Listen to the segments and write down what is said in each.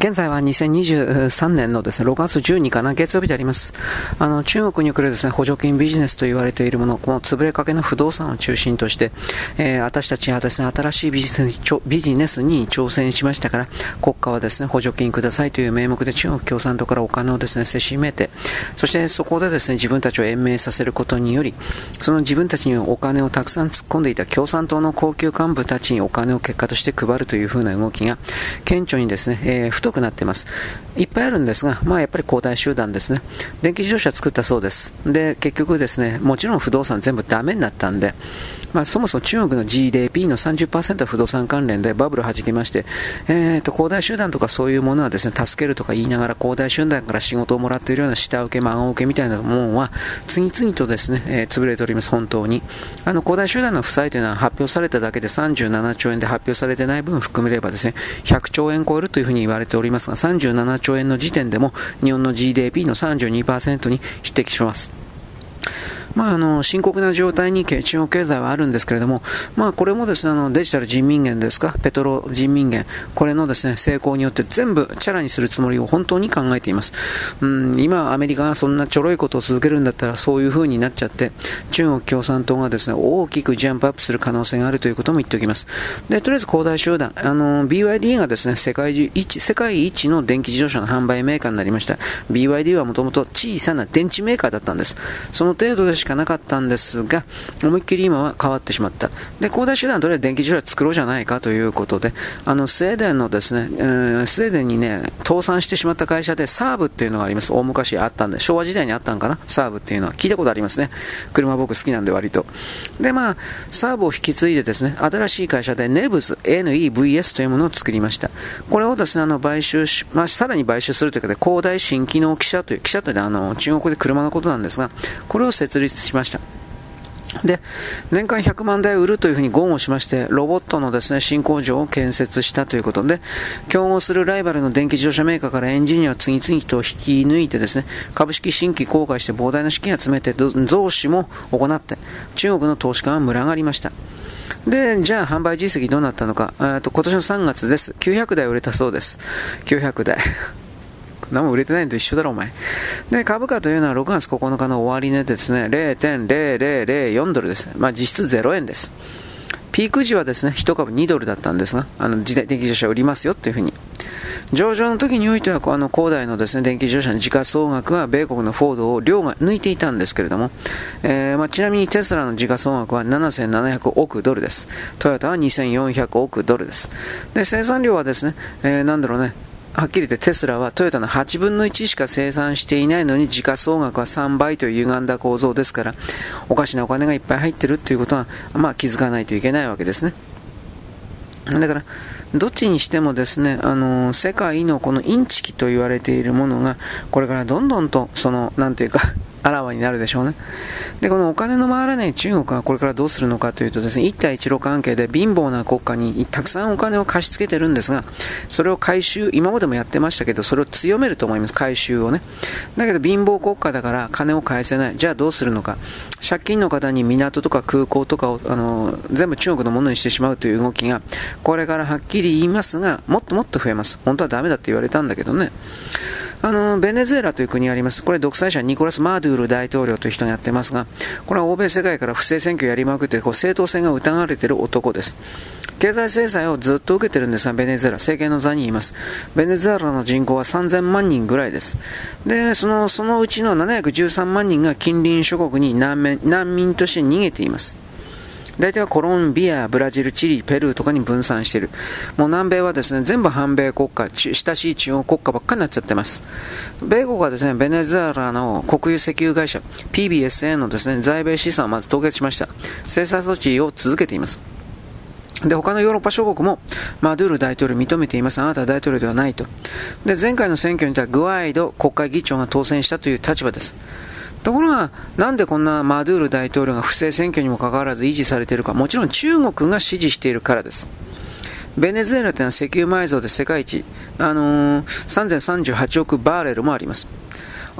現在は2023年のですね、6月12日かな、月曜日であります。中国におけるですね、補助金ビジネスと言われているもの、この潰れかけの不動産を中心として、私たちはですね、新しいビジネスに挑戦しましたから、国家はですね、補助金くださいという名目で中国共産党からお金をですね、せしめて、そしてそこでですね、自分たちを延命させることにより、その自分たちにお金をたくさん突っ込んでいた共産党の高級幹部たちにお金を結果として配るという風な動きが、顕著にですね、太くなっています。いっぱいあるんですが、やっぱり恒大集団ですね。電気自動車作ったそうです。で、結局ですね、もちろん不動産全部ダメになったんで、そもそも中国の GDP の 30% は不動産関連でバブル弾きまして、恒大集団とかそういうものはですね、助けるとか言いながら恒大集団から仕事をもらっているような下請け、孫請けみたいなものは次々とですね、潰れております。本当に。恒大集団の負債というのは発表されただけで37兆円で発表されてない分含めればですね、100兆円超えるというふうに言われておりますが、37兆円の時点でも日本の GDP の 32% に匹敵します。深刻な状態に中国経済はあるんですけれども、これもですね、デジタル人民元ですか、ペトロ人民元、これのですね、成功によって全部チャラにするつもりを本当に考えています。今アメリカがそんなちょろいことを続けるんだったらそういう風になっちゃって、中国共産党がですね、大きくジャンプアップする可能性があるということも言っておきます。で、とりあえず恒大集団、BYD がですね、世界一の電気自動車の販売メーカーになりました。BYD はもともと小さな電池メーカーだったんです。その程度でしかなかったんですが、思いっきり今は変わってしまった。で、恒大集団はとりあえず電気自動車作ろうじゃないかということで、スウェーデンのですね、スウェーデンにね、倒産してしまった会社でサーブっていうのがあります。大昔あったんで、昭和時代にあったんかな、サーブっていうのは聞いたことありますね。車僕好きなんで割と。で、サーブを引き継いでですね、新しい会社でネブズ、NEVS というものを作りました。これをですね、買収し、さらに買収するということで、恒大新機能汽車という中国で車のことなんですが、これを設立しました。で、年間100万台売るというふうに豪語しまして、ロボットのですね、新工場を建設したということで、競合するライバルの電気自動車メーカーからエンジニアを次々と引き抜いてですね、株式新規公開して膨大な資金を集めて増資も行って、中国の投資家は群がりました。で、じゃあ販売実績どうなったのか。今年の3月です。900台売れたそうです。900台。何も売れてないのと一緒だろお前。で、株価というのは6月9日の終値でですね、0.0004 ドルです。実質0円です。ピーク時はですね、1株2ドルだったんですが、電気自動車売りますよというふうに。上場の時においては、恒大のですね、電気自動車の時価総額は米国のフォードを両が抜いていたんですけれども、ちなみにテスラの時価総額は7700億ドルです。トヨタは2400億ドルです。で、生産量はですね、はっきり言ってテスラはトヨタの8分の1しか生産していないのに時価総額は3倍という歪んだ構造ですから、おかしなお金がいっぱい入ってるということは、気づかないといけないわけですね。だからどっちにしてもですね、世界のこのインチキと言われているものがこれからどんどんとあらわになるでしょうね。で、このお金の回らない中国がこれからどうするのかというとですね、一帯一路関係で貧乏な国家にたくさんお金を貸し付けてるんですが、それを回収、今までもやってましたけど、それを強めると思います、回収をね。だけど貧乏国家だから金を返せない。じゃあどうするのか。借金の方に港とか空港とかを全部中国のものにしてしまうという動きが、これからはっきり言いますが、もっともっと増えます。本当はダメだって言われたんだけどね。ベネズエラという国があります。これ独裁者ニコラス・マドゥール大統領という人がやってますが、これは欧米世界から不正選挙をやりまくって正当性が疑われている男です。経済制裁をずっと受けてるんですが、ベネズエラ、政権の座にいます。ベネズエラの人口は3000万人ぐらいです。で、そのうちの713万人が近隣諸国に難民として逃げています。大体はコロンビア、ブラジル、チリ、ペルーとかに分散している。もう南米はですね、全部反米国家、親しい中国国家ばっかりになっちゃってます。米国はですね、ベネズエラの国有石油会社、PBSA のですね、在米資産をまず凍結しました。制裁措置を続けています。で、他のヨーロッパ諸国もマドゥール大統領を認めています。あなたは大統領ではないと。で、前回の選挙にてはグアイド国会議長が当選したという立場です。ところが、なんでこんなマドゥール大統領が不正選挙にもかかわらず維持されているか。もちろん中国が支持しているからです。ベネズエラというのは石油埋蔵で世界一、3038億バーレルもあります。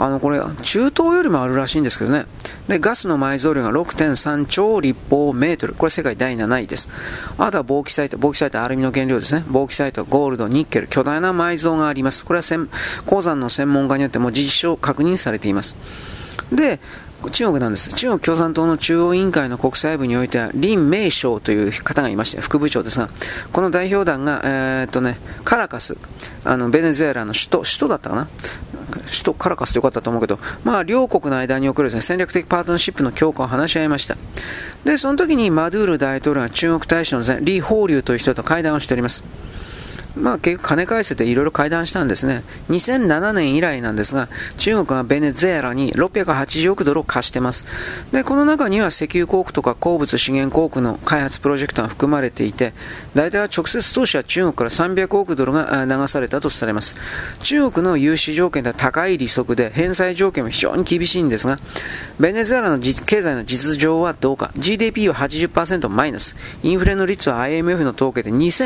これ、中東よりもあるらしいんですけどね。で、ガスの埋蔵量が 6.3 兆立方メートル。これ世界第7位です。あとはボーキサイトはアルミの原料ですね。ボーキサイト、ゴールド、ニッケル、巨大な埋蔵があります。これは鉱山の専門家によっても実証確認されています。で、中国なんです。中国共産党の中央委員会の国際部においては、林明章という方がいまして、副部長ですが、この代表団が、カラカス、ベネズエラの首都だったかな。首都カラカスでよかったと思うけど、両国の間におけるですね、戦略的パートナーシップの強化を話し合いました。で、その時にマドゥール大統領が中国大使のですね、李鵬龍という人と会談をしております。結局金返せていろいろ会談したんですね。2007年以来なんですが、中国がベネズエラに680億ドルを貸してます。で、この中には石油鉱区とか鉱物資源鉱区の開発プロジェクトが含まれていて、大体は直接投資は中国から300億ドルが流されたとされます。中国の融資条件では高い利息で、返済条件も非常に厳しいんですが、ベネズエラの経済の実情はどうか。GDP は 80% マイナス。インフレの率は IMF の統計で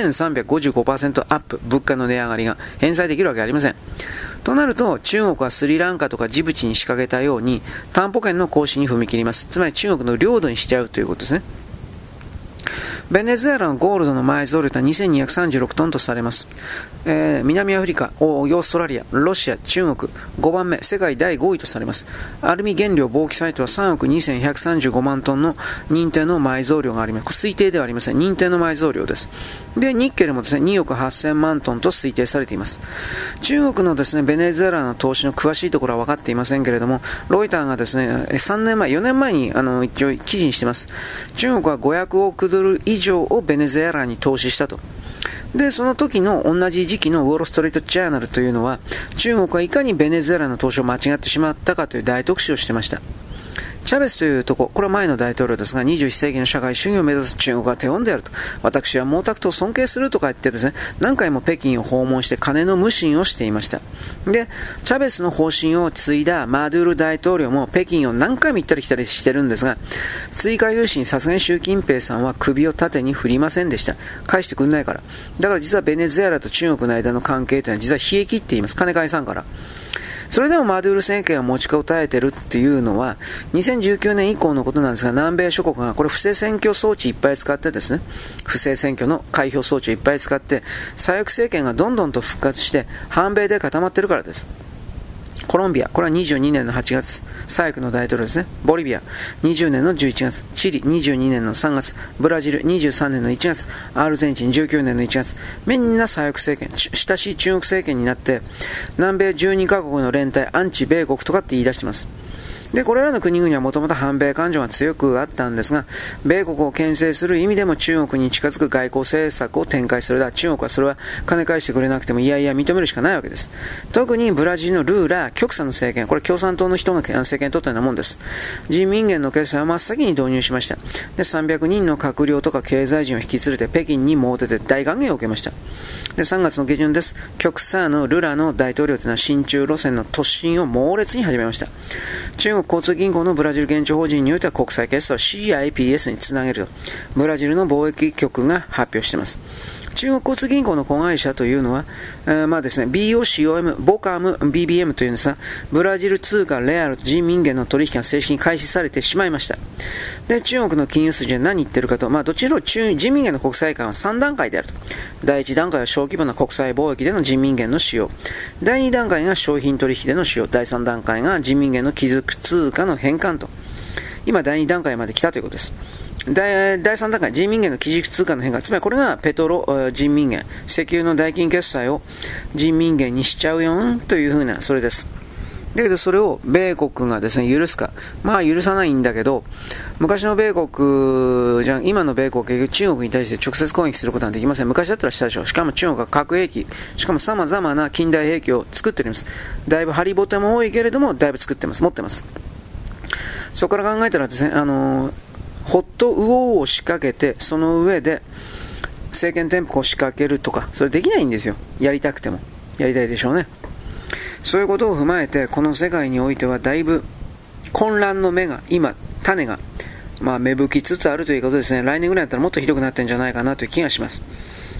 2355% アップ、物価の値上がりが返済できるわけありません。となると、中国はスリランカとかジブチに仕掛けたように担保権の行使に踏み切ります。つまり中国の領土にしちゃうということですね。ベネズエラのゴールドの埋蔵量は2236トンとされます。南アフリカ、オーストラリア、ロシア、中国、5番目、世界第5位とされます。アルミ原料ボーキサイトは3億2135万トンの認定の埋蔵量があります。推定ではありません。認定の埋蔵量です。で、ニッケルもですね、2億8000万トンと推定されています。中国のですね、ベネズエラの投資の詳しいところは分かっていませんけれども、ロイターがですね、4年前に一応記事にしています。中国は500億ドル以上をベネズエラに投資したと。で、その時の同じ時期のウォール・ストリート・ジャーナルというのは、中国はいかにベネズエラの投資を間違ってしまったかという大特集をしていました。チャベスというところは前の大統領ですが、21世紀の社会主義を目指す中国は手本であると。私は毛沢東を尊敬するとか言ってですね、何回も北京を訪問して金の無心をしていました。で、チャベスの方針を継いだマドゥール大統領も北京を何回も行ったり来たりしてるんですが、追加融資にさすがに習近平さんは首を縦に振りませんでした。返してくんないから。だから実はベネズエラと中国の間の関係というのは実は冷え切っています。金返さんから。それでもマドゥール政権が持ちこたえているっていうのは2019年以降のことなんですが、南米諸国がこれ不正選挙装置いっぱい使ってですね、不正選挙の開票装置をいっぱい使って左翼政権がどんどんと復活して反米で固まっているからです。コロンビア、これは22年の8月、左翼の大統領ですね。ボリビア、20年の11月、チリ、22年の3月、ブラジル、23年の1月、アルゼンチン、19年の1月、みんな左翼政権、親しい中国政権になって、南米12カ国の連帯、アンチ米国とかって言い出しています。で、これらの国々はもともと反米感情が強くあったんですが、米国を牽制する意味でも中国に近づく外交政策を展開するだ。中国はそれは金返してくれなくてもいやいや認めるしかないわけです。特にブラジルのルーラ、極左の政権、これ共産党の人が政権を取ったようなもんです。人民元の決済を真っ先に導入しました。で、300人の閣僚とか経済人を引き連れて北京に詣でて大歓迎を受けました。で、3月の下旬です。極左のルラの大統領というのは親中路線の突進を猛烈に始めました。中国交通銀行のブラジル現地法人においては国際決済を CIPS につなげるとブラジルの貿易局が発表しています。中国交通銀行の子会社というのは、ですね、BOCOM、BOCAM、BBM というんですが、ブラジル通貨レアルと人民元の取引が正式に開始されてしまいました。で、中国の金融筋は何言ってるかと、どちらも人民元の国際化は3段階であると。第1段階は小規模な国際貿易での人民元の使用。第2段階が商品取引での使用。第3段階が人民元の基軸通貨の変換と。今、第2段階まで来たということです。第3段階、人民元の基軸通貨の変化、つまりこれがペトロ人民元、石油の代金決済を人民元にしちゃうよというふうな、それです。だけどそれを米国がですね、許すか。許さないんだけど、昔の米国じゃん、今の米国は結局中国に対して直接攻撃することはできません。昔だったらしたでしょ。しかも中国は核兵器、しかも様々な近代兵器を作っております。だいぶハリボテも多いけれども、だいぶ作ってます。持ってます。そこから考えたらですね、ホットウォーを仕掛けて、その上で政権転覆を仕掛けるとか、それできないんですよ。やりたくても。やりたいでしょうね。そういうことを踏まえて、この世界においてはだいぶ混乱の種が、芽吹きつつあるということですね。来年ぐらいだったらもっとひどくなってんじゃないかなという気がします。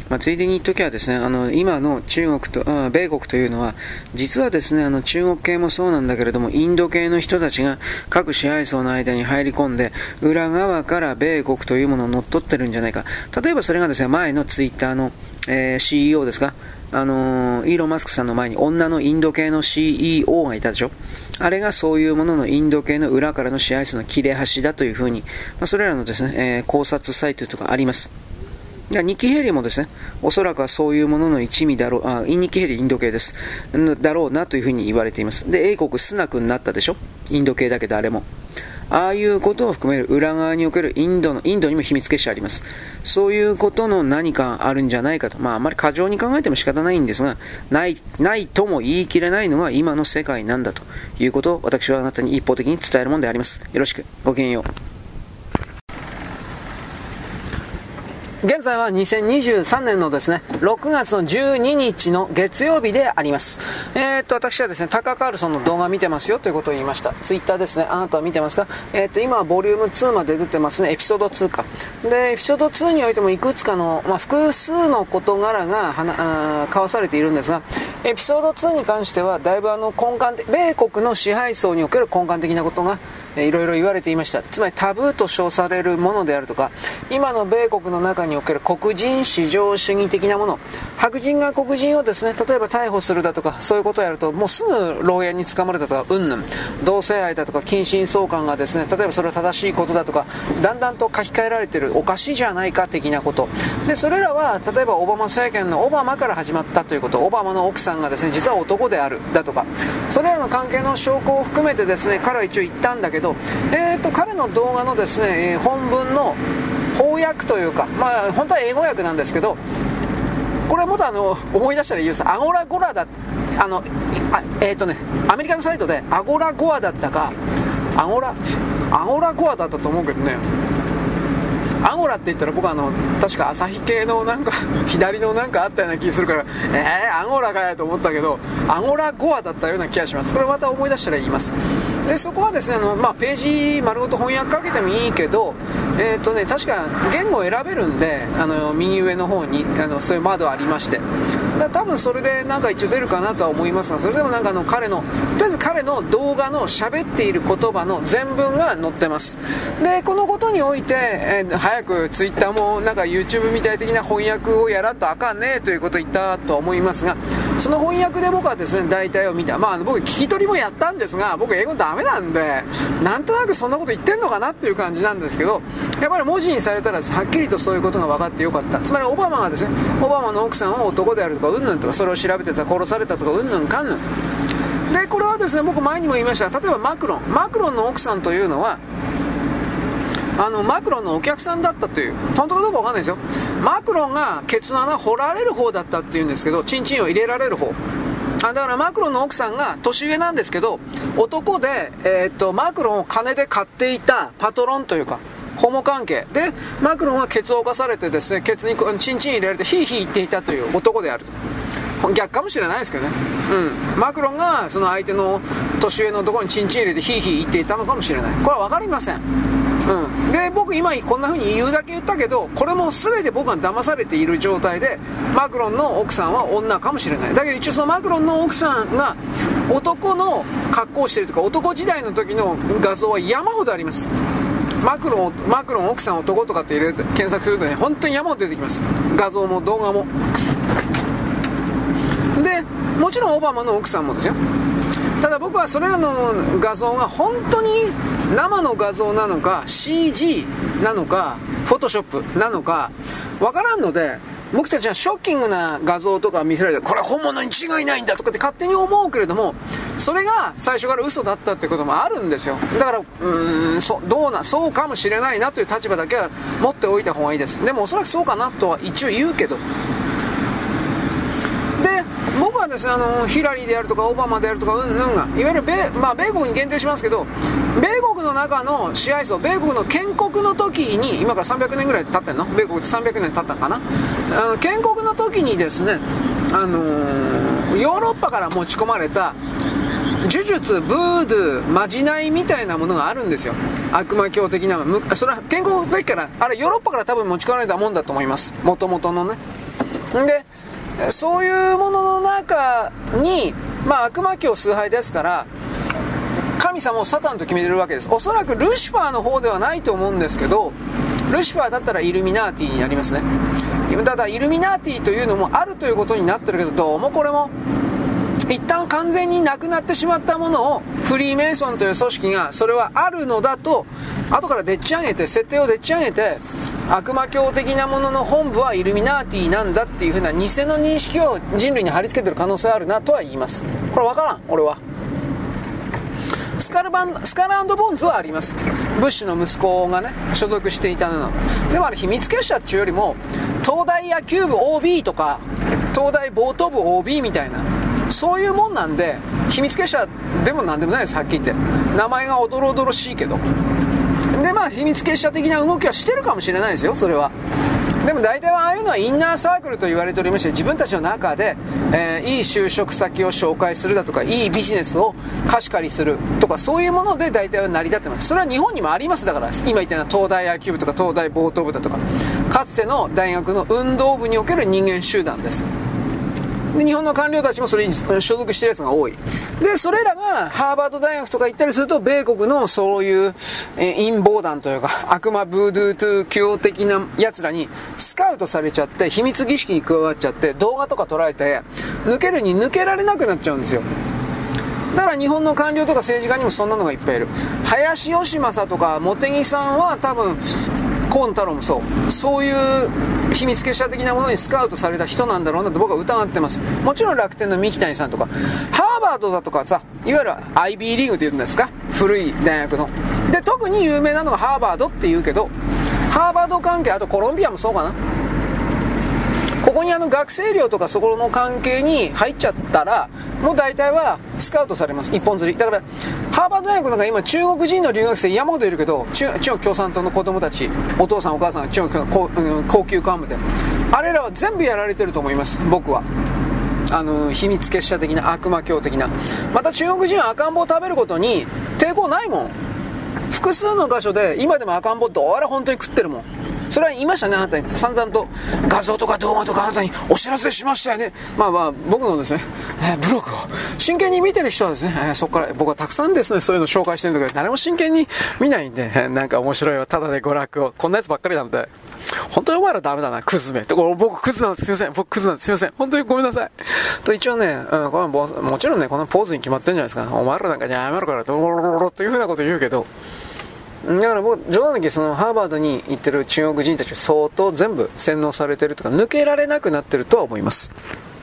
ついでに言っときはですね、今の中国と、米国というのは、実はですね、中国系もそうなんだけれども、インド系の人たちが各支配層の間に入り込んで、裏側から米国というものを乗っ取ってるんじゃないか。例えばそれがですね、前のツイッターの、CEO ですか、イーロン・マスクさんの前に女のインド系の CEO がいたでしょ。あれがそういうもののインド系の裏からの支配層の切れ端だというふうに、それらのですね、考察サイトとかあります。ニッキー・ヘイリーもですね、おそらくはそういうものの一味だろう、ニッキー・ヘイリーインド系です。だろうなというふうに言われています。で、英国スナクになったでしょ。インド系だけどあれも。ああいうことを含める裏側におけるインドにも秘密結社あります。そういうことの何かあるんじゃないかと。あんまり過剰に考えても仕方ないんですが、ないとも言い切れないのが今の世界なんだということを私はあなたに一方的に伝えるものであります。よろしく。ごきげんよう。現在は2023年のですね、6月の12日の月曜日であります。私はですね、タカー・カールソンの動画見てますよということを言いました。ツイッターですね。あなたは見てますか？今はボリューム2まで出てますね。エピソード2か。で、エピソード2においてもいくつかの、複数の事柄が交わされているんですが、エピソード2に関しては、だいぶ米国の支配層における根幹的なことが、いろいろ言われていました。つまりタブーと称されるものであるとか、今の米国の中における黒人至上主義的なもの、白人が黒人をですね、例えば逮捕するだとか、そういうことをやるともうすぐ牢屋に捕まるだとか、同性愛だとか近親相関がですね、例えばそれは正しいことだとか、だんだんと書き換えられている、おかしいじゃないか的なことで、それらは例えばオバマ政権のオバマから始まったということ、オバマの奥さんがですね、実は男であるだとか、それらの関係の証拠を含めてですね、彼は一応言ったんだけど、彼の動画のですね、本文の翻訳というか、本当は英語訳なんですけど、これもっと思い出したらいいです。アゴラゴラだ、アメリカのサイトでアゴラゴアだったか、アゴラゴアだったと思うけどね。アゴラって言ったら僕は確か朝日系のなんか左のなんかあったような気するから、アゴラかやと思ったけど、アゴラゴアだったような気がします。これまた思い出したら言います。で、そこはですね、ページ丸ごと翻訳かけてもいいけど、確か言語を選べるんで、右上の方にそういう窓ありまして、多分それでなんか一応出るかなとは思いますが、それでもなんかとりあえず彼の動画の喋っている言葉の全文が載ってます。で、このことにおいて、早くツイッターもなんか YouTube みたい的な翻訳をやらんとあかんねということを言ったと思いますが、その翻訳で僕はですね、大体を見た。僕聞き取りもやったんですが、僕英語ダメなんで、なんとなくそんなこと言ってんのかなっていう感じなんですけど、やっぱり文字にされたらはっきりとそういうことが分かってよかった。つまりオバマがですね、オバマの奥さんは男であるとかうんぬんとか、それを調べて殺されたとかうんぬんかんぬんで、これはですね、僕前にも言いました。例えばマクロンの奥さんというのはマクロンのお客さんだったという、本当かどうか分かんないですよ。マクロンがケツの穴掘られる方だったっていうんですけど、チンチンを入れられる方だからマクロンの奥さんが年上なんですけど、男で、マクロンを金で買っていたパトロンというかホモ関係で、マクロンはケツを犯されてですね、ケツにチンチン入れられてヒーヒー言っていたという男である。逆かもしれないですけどね。マクロンがその相手の年上の男にチンチン入れてヒーヒー言っていたのかもしれない。これは分かりません。で、僕今こんな風に言うだけ言ったけど、これも全て僕が騙されている状態で、マクロンの奥さんは女かもしれない。だけど一応そのマクロンの奥さんが男の格好をしているとか、男時代の時の画像は山ほどあります。マクロン奥さん男とかって入れて検索するとね、本当に山ほど出てきます。画像も動画も。で、もちろんオバマの奥さんもですよ。ただ僕はそれらの画像が本当に生の画像なのか CG なのかフォトショップなのかわからんので、僕たちはショッキングな画像とか見せられて、これは本物に違いないんだとかって勝手に思うけれども、それが最初から嘘だったってこともあるんですよ。だからそうかもしれないなという立場だけは持っておいた方がいいです。でもおそらくそうかなとは一応言うけど、で、僕はですね、ヒラリーであるとかオバマであるとかがいわゆる米国に限定しますけど、米国の中の支配層、米国の建国の時に、今から300年ぐらい経ってんの？米国って300年経ったのかな。建国の時にですね、ヨーロッパから持ち込まれた呪術、ブードゥー、まじないみたいなものがあるんですよ。悪魔教的な。それは建国の時から、あれヨーロッパから多分持ち込まれたもんだと思います。元々のね。 でそういうものの中に、悪魔教崇拝ですから神様をサタンと決めてるわけです。おそらくルシファーの方ではないと思うんですけど、ルシファーだったらイルミナーティになりますね。ただイルミナーティというのもあるということになってるけど、どうもこれも一旦完全になくなってしまったものをフリーメイソンという組織がそれはあるのだと後からでっち上げて、設定をでっち上げて、悪魔教的なものの本部はイルミナーティなんだっていう風な偽の認識を人類に貼り付けてる可能性あるなとは言います。これ分からん、俺は。スカルボーンズはあります。ブッシュの息子がね所属していたの。でもあれ秘密結社っていうよりも東大野球部 OB とか東大ボート部 OB みたいなそういうもんなんで、秘密結社でもなんでもないです。はっきり言って名前がおどろおどろしいけど、で秘密結社的な動きはしてるかもしれないですよ、それは。でも大体はああいうのはインナーサークルと言われておりまして、自分たちの中で、いい就職先を紹介するだとか、いいビジネスを貸し借りするとか、そういうもので大体は成り立ってます。それは日本にもあります。だから今言ったような東大野球部とか東大ボート部だとか、かつての大学の運動部における人間集団です。で日本の官僚たちもそれに所属してるやつが多い。でそれらがハーバード大学とか行ったりすると、米国のそういう陰謀団というか悪魔ブードゥートゥー教的なやつらにスカウトされちゃって、秘密儀式に加わっちゃって、動画とか捉えて抜けるに抜けられなくなっちゃうんですよ。だから日本の官僚とか政治家にもそんなのがいっぱいいる。林芳正とか茂木さんは多分河野太郎もそういう秘密結社的なものにスカウトされた人なんだろうなと僕は疑ってます。もちろん楽天の三木谷さんとかハーバードだとかさ、いわゆる IB リーグっていうんですか、古い大学ので特に有名なのがハーバードっていうけど、ハーバード関係、あとコロンビアもそうかな、ここに学生寮とかそこの関係に入っちゃったらもう大体はスカウトされます。一本釣りだから。ハーバード大学なんか今中国人の留学生山ほどいるけど、中国共産党の子供たち、お父さんお母さんが中国の高級幹部で、あれらは全部やられてると思います、僕は。秘密結社的な悪魔教的な。また中国人は赤ん坊を食べることに抵抗ないもん。複数の箇所で今でも赤ん坊どうやら本当に食ってるもん。それは言いましたね、あなたに散々と画像とか動画とかあなたにお知らせしましたよね。僕のですね、ブログを真剣に見てる人はですね、そこから僕はたくさんですねそういうの紹介してるんだけど、誰も真剣に見ないんで、なんか面白いわ、ただで娯楽を、こんなやつばっかりなんで、本当にお前らダメだな、クズめって、僕クズなんですすいません、僕クズなんですすいません、本当にごめんなさいと一応ね、これもちろんねこのポーズに決まってるんじゃないですか。お前らなんかやめろからドロロロというふうなこと言うけど、だから僕冗談だけど、そのハーバードに行ってる中国人たち相当全部洗脳されてるとか抜けられなくなってるとは思います。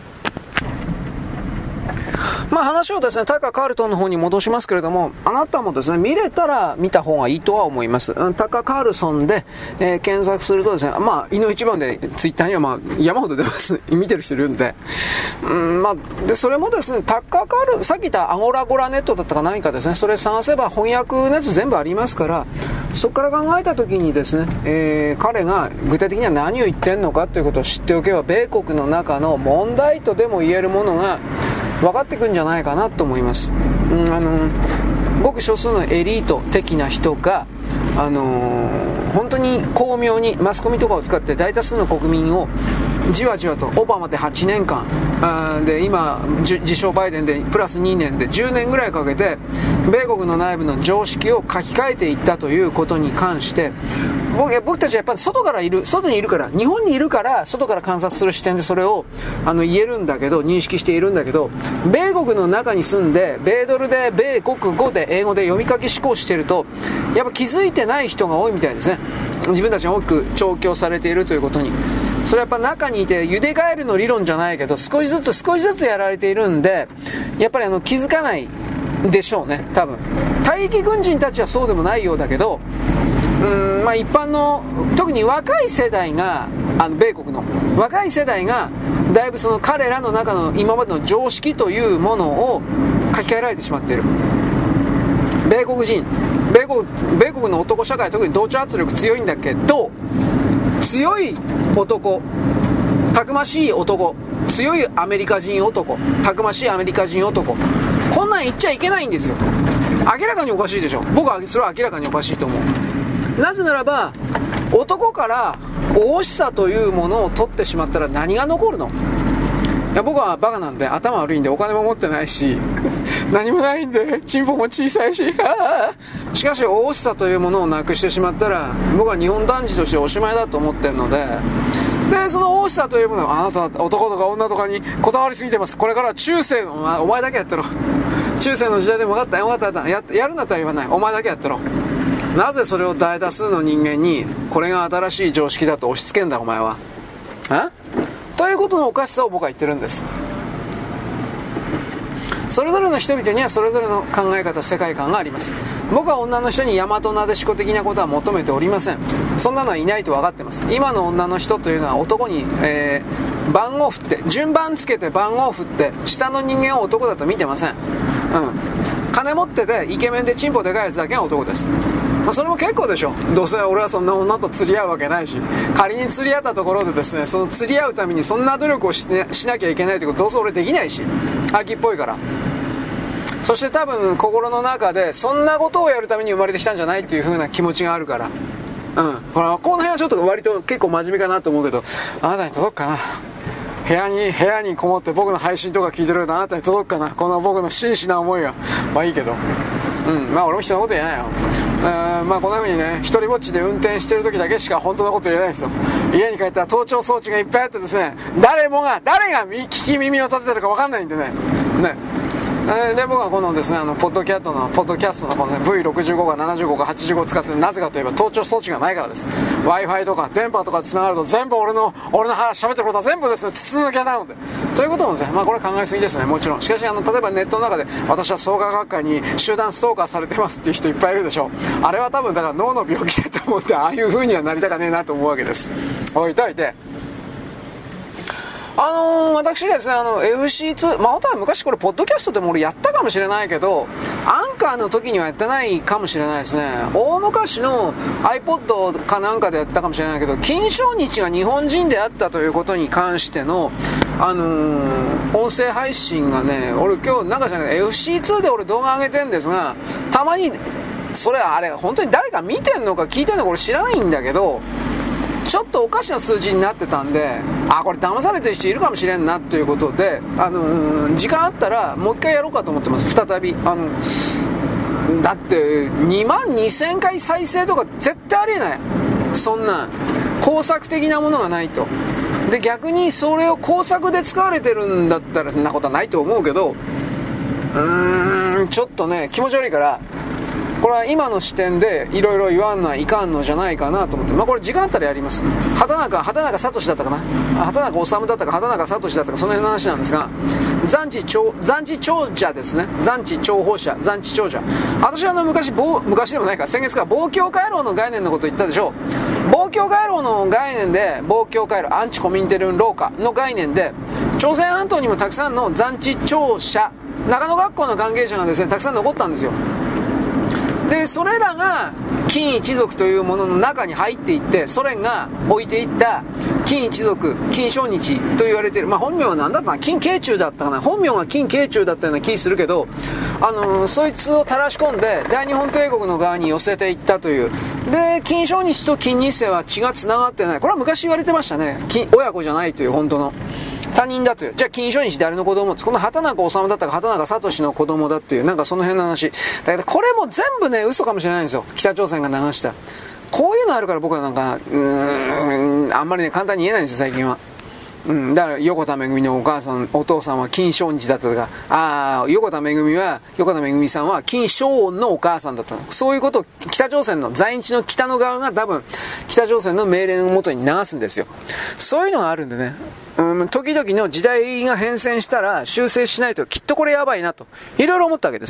話をですね、タカ・カールトンの方に戻しますけれども、あなたもですね、見れたら見た方がいいとは思います。タカ・カールソンで、検索するとですね、井の一番でツイッターには山ほど出ます。見てる人いるんで。で、それもですね、タカ・カール、さっき言ったアゴラゴラネットだったか何かですね、それ探せば翻訳のやつ全部ありますから、そこから考えた時にですね、彼が具体的には何を言ってんのかということを知っておけば、米国の中の問題とでも言えるものが分かってくるんじゃないかなと思います。ごく少数のエリート的な人が、本当に巧妙にマスコミとかを使って大多数の国民をじわじわと、オバマで8年間で今自称バイデンでプラス2年で10年ぐらいかけて米国の内部の常識を書き換えていったということに関して、僕たちはやっぱり外にいるから、日本にいるから外から観察する視点でそれを言えるんだけど、認識しているんだけど、米国の中に住んで米ドルで米国語で英語で読み書き思考していると、やっぱ気づいてない人が多いみたいですね。自分たちが大きく調教されているということに。それはやっぱ中にいて、ゆでガエルの理論じゃないけど少しずつやられているんで、やっぱり気づかないでしょうね、多分。退役軍人たちはそうでもないようだけど、一般の特に若い世代が、米国の若い世代がだいぶその彼らの中の今までの常識というものを書き換えられてしまっている。米国の男社会、特に同調圧力強いんだけど、強い男、たくましい男、強いアメリカ人男、たくましいアメリカ人男、こんなん言っちゃいけないんですよ。明らかにおかしいでしょ。僕はそれは明らかにおかしいと思う。なぜならば、男から大しさというものを取ってしまったら何が残るの？いや僕はバカなんで頭悪いんでお金も持ってないし何もないんでチンポも小さいししかし大しさというものをなくしてしまったら僕は日本男児としておしまいだと思ってるので、その大しさというものをあなたは男とか女とかにこだわりすぎてます、これからは中世のお前だけやってろ、中世の時代でも分かったやるんだったら言わない、お前だけやってろ。なぜそれを大多数の人間にこれが新しい常識だと押し付けんだお前は。ということのおかしさを僕は言ってるんです。それぞれの人々にはそれぞれの考え方、世界観があります。僕は女の人に大和なでしこ的なことは求めておりません。そんなのはいないと分かってます。今の女の人というのは男に、番号振って順番つけて番号振って下の人間を男だと見てません。金持っててイケメンでチンポでかいやつだけが男です。それも結構でしょ。どうせ俺はそんな女と釣り合うわけないし、仮に釣り合ったところでですね、その釣り合うためにそんな努力をしなきゃいけないということどうせ俺できないし、秋っぽいから。そして多分心の中でそんなことをやるために生まれてきたんじゃないっていう風な気持ちがあるから、この辺はちょっと割と結構真面目かなと思うけど、あなたに届くかな。部屋にこもって僕の配信とか聞いてるのあなたに届くかな、この僕の真摯な思いが。いいけど、俺も人のこと言えないよ。こんな風にね、一人ぼっちで運転してる時だけしか本当のこと言えないですよ。家に帰ったら盗聴装置がいっぱいあってですね、誰が聞き耳を立ててるか分かんないんでね。で僕はこのですねポッドキャストのこの、ね、V65 か75か85を使ってなぜかといえば盗聴装置がないからです。 Wi-Fi とか電波とかつながると全部俺の話喋ってることは全部ですね筒抜けなので、ということもですね、これは考えすぎですね、もちろん。しかし例えばネットの中で私は創価学会に集団ストーカーされてますっていう人いっぱいいるでしょ。あれは多分だから脳の病気だと思って、ああいう風にはなりたかねえなと思うわけです。置いといて、私ですね、FC2、本当は昔これポッドキャストでも俺やったかもしれないけど、アンカーの時にはやってないかもしれないですね。大昔の iPod かなんかでやったかもしれないけど、金正日が日本人であったということに関しての音声配信がね、俺今日なんかじゃない FC2 で俺動画上げてんですが、たまにそれあれ本当に誰か見てんのか聞いてんのか俺知らないんだけど、ちょっとおかしな数字になってたんで、これ騙されてる人いるかもしれんなということで、時間あったらもう一回やろうかと思ってます。再びだって2万2000回再生とか絶対ありえない。そんな工作的なものがないと。で逆にそれを工作で使われてるんだったらそんなことはないと思うけど、ちょっとね気持ち悪いから、これは今の視点でいろいろ言わんないかんのじゃないかなと思って、これ時間あったらやります。畑中聡だったかな、畑中治だったか畑中聡だったか、その辺の話なんですが、残地長者ですね、残地長報者、残地長者。私は昔でもないか、先月から望郷回廊の概念のこと言ったでしょ。望郷回廊の概念で、望郷回廊アンチコミンテルン廊下の概念で、朝鮮半島にもたくさんの残地長者、中野学校の関係者がですねたくさん残ったんですよ。でそれらが金一族というものの中に入っていって、ソ連が置いていった金一族、金正日と言われている、本名は何だったかな、金慶中だったかな、本名が金慶中だったような気するけど、そいつを垂らし込んで大日本帝国の側に寄せていったという。で金正日と金日成は血がつながってない、これは昔言われてましたね。親子じゃないという、本当の他人だという。じゃあ金正日誰の子供って、この畑中治だったか畑中聡の子供だっていう、なんかその辺の話だけど、これも全部ね嘘かもしれないんですよ。北朝鮮が流したこういうのあるから、僕はなんかあんまりね簡単に言えないんですよ最近は。だから横田めぐみのお父さんは金正日だったとか、横田めぐみさんは金正恩のお母さんだった、そういうことを北朝鮮の在日の北の側が多分北朝鮮の命令のもとに流すんですよ。そういうのがあるんでね、時々の時代が変遷したら修正しないときっとこれやばいなといろいろ思ったわけです。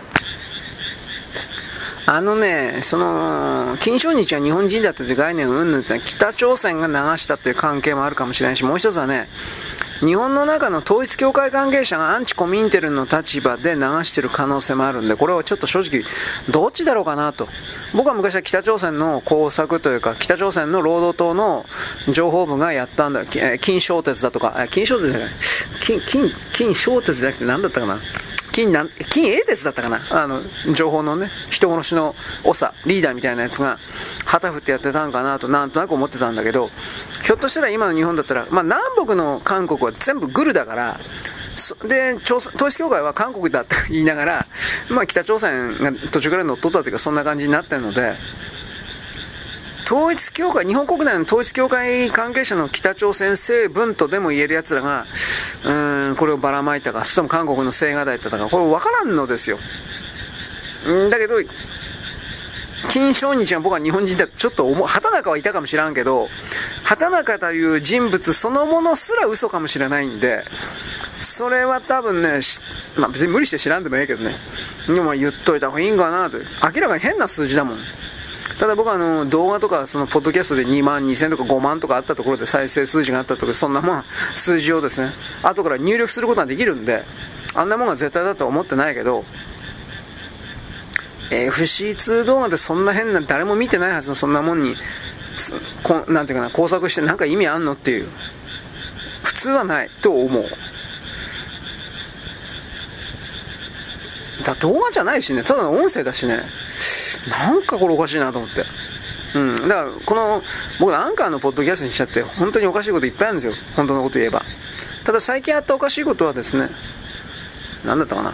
その金正日は日本人だったという概念をうんぬんって北朝鮮が流したという関係もあるかもしれないし、もう一つはね、日本の中の統一教会関係者がアンチコミンテルンの立場で流している可能性もあるんで、これはちょっと正直どっちだろうかなと。僕は昔は北朝鮮の工作というか、北朝鮮の労働党の情報部がやったんだ、金正鉄だとか、金正鉄じゃない、金正鉄じゃなくて何だったかな、 金英鉄だったかな、情報のね、人殺しの長、リーダーみたいなやつが旗振ってやってたんかなとなんとなく思ってたんだけど、ひょっとしたら今の日本だったら、南北の韓国は全部グルだから、で統一教会は韓国だって言いながら、北朝鮮が途中から乗っ取ったというか、そんな感じになってるので、統一教会、日本国内の統一教会関係者の北朝鮮成分とでも言えるやつらがこれをばらまいたか、それとも韓国の青瓦台だったか、これ分からんのですよ。だけど金正日は僕は日本人だとちょっと畑中はいたかもしらんけど、畑中という人物そのものすら嘘かもしれないんで、それは多分ね、別に無理して知らんでもいいけどね、でも言っといた方がいいんかなと。明らかに変な数字だもん。ただ僕は動画とかそのポッドキャストで2万2000とか5万とかあったところで再生数字があったとか、そんな数字をですね後から入力することができるんで、あんなもんが絶対だとは思ってないけど、FC2 動画でそんな変な誰も見てないはずのそんなもんになんていうかな、工作してなんか意味あんのっていう、普通はないと思う。動画じゃないしね、ただの音声だしね、なんかこれおかしいなと思って、だから僕のアンカーのポッドキャストにしちゃって本当におかしいこといっぱいあるんですよ、本当のこと言えば。ただ最近あったおかしいことはですね、なんだったかな、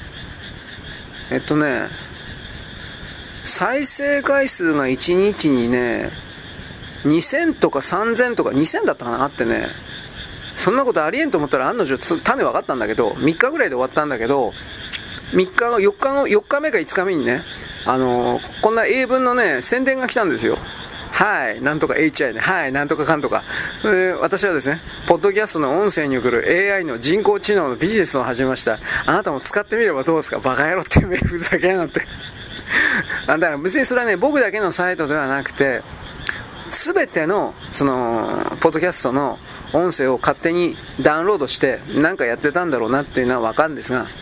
再生回数が1日にね2000とか3000とか2000だったかなあってね、そんなことありえんと思ったら案の定種分かったんだけど、3日ぐらいで終わったんだけど、4日目か5日目にね、こんな英文のね宣伝が来たんですよ。はいなんとか HI ね、はいなんとかかんとか、私はですねポッドキャストの音声に送る AI の人工知能のビジネスを始めました、あなたも使ってみればどうですか、バカ野郎ってふざけやがってだから別にそれはね僕だけのサイトではなくて、全てのそのポッドキャストの音声を勝手にダウンロードして何かやってたんだろうなっていうのは分かるんですが、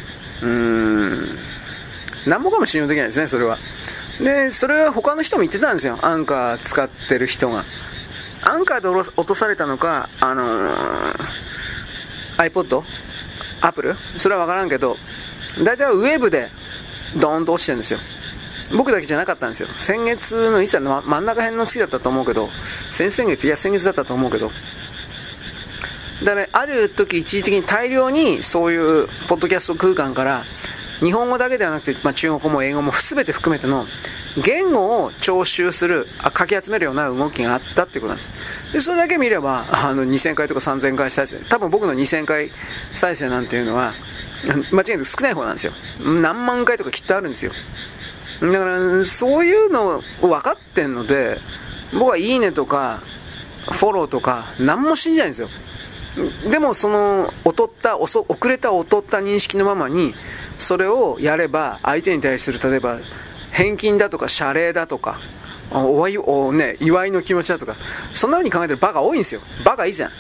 なんもかも信用できないですね、それは。でそれは他の人も言ってたんですよ、アンカー使ってる人が。アンカーで落とされたのか、iPod、Apple、それは分からんけど、大体はウェブでドーンと落ちてるんですよ。僕だけじゃなかったんですよ。先月のいつだの真ん中辺の月だったと思うけど、先月だったと思うけど、だから、ある時一時的に大量にそういうポッドキャスト空間から日本語だけではなくて、中国語も英語も全て含めての言語を徴収する、かき集めるような動きがあったっていうことなんです。でそれだけ見れば2000回とか3000回再生、多分僕の2000回再生なんていうのは間違いなく少ない方なんですよ。何万回とかきっとあるんですよ。だからそういうのを分かってんので、僕はいいねとかフォローとか何も信じないんですよ。でもその遅れた劣った認識のままにそれをやれば、相手に対する例えば返金だとか謝礼だとか祝いの気持ちだとか、そんな風に考えてるバカ多いんですよ、バカ以前。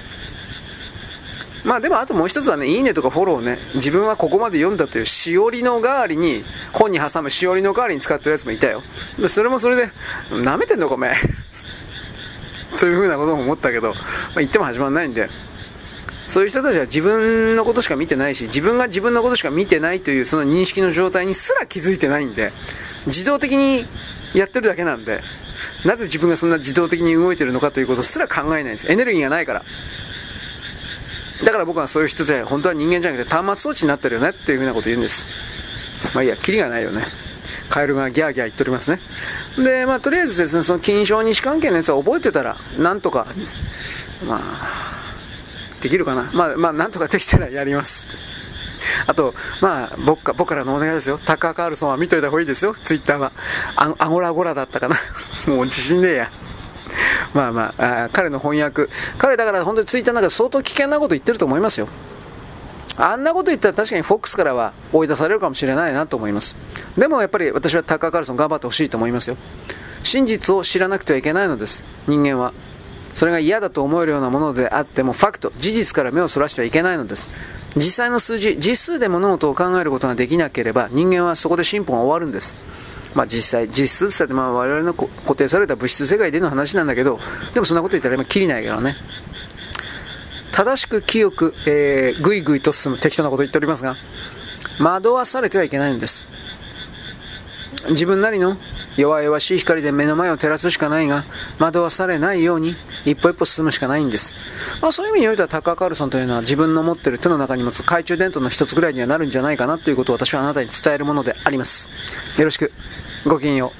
でもあともう一つはね、いいねとかフォローね、自分はここまで読んだというしおりの代わりに、本に挟むしおりの代わりに使ってるやつもいたよ。それもそれで舐めてんのかお前という風なことも思ったけど、言っても始まらないんで、そういう人たちは自分のことしか見てないし、自分が自分のことしか見てないというその認識の状態にすら気づいてないんで、自動的にやってるだけなんで、なぜ自分がそんな自動的に動いてるのかということすら考えないんです。エネルギーがないから。だから僕はそういう人たちは本当は人間じゃなくて端末装置になってるよねっていうふうなことを言うんです。いいや、キリがないよね。カエルがギャーギャー言っておりますね。でとりあえずですね、その金正日関係のやつは覚えてたらなんとかできるかな。なんとかできたらやります。あと僕からのお願いですよ。タッカー・カールソンは見といた方がいいですよ。ツイッターはアゴラゴラだったかなもう自信ねえや。彼の翻訳、彼だから本当にツイッターの中で相当危険なこと言ってると思いますよ。あんなこと言ったら確かにフォックスからは追い出されるかもしれないなと思います。でもやっぱり私はタッカー・カールソン頑張ってほしいと思いますよ。真実を知らなくてはいけないのです。人間はそれが嫌だと思えるようなものであっても、ファクト、事実から目をそらしてはいけないのです。実際の数字、実数で物事を考えることができなければ、人間はそこで進歩が終わるんです。実数って言ったって我々の固定された物質世界での話なんだけど、でもそんなこと言ったら今切りないからね。正しく清く、ぐいぐいと進む、適当なこと言っておりますが、 惑わされてはいけないんです。自分なりの弱々しい光で目の前を照らすしかないが、惑わされないように一歩一歩進むしかないんです。そういう意味においてはタッカー・カールソンというのは自分の持っている手の中に持つ懐中電灯の一つぐらいにはなるんじゃないかなということを私はあなたに伝えるものであります。よろしく。ごきげんよう。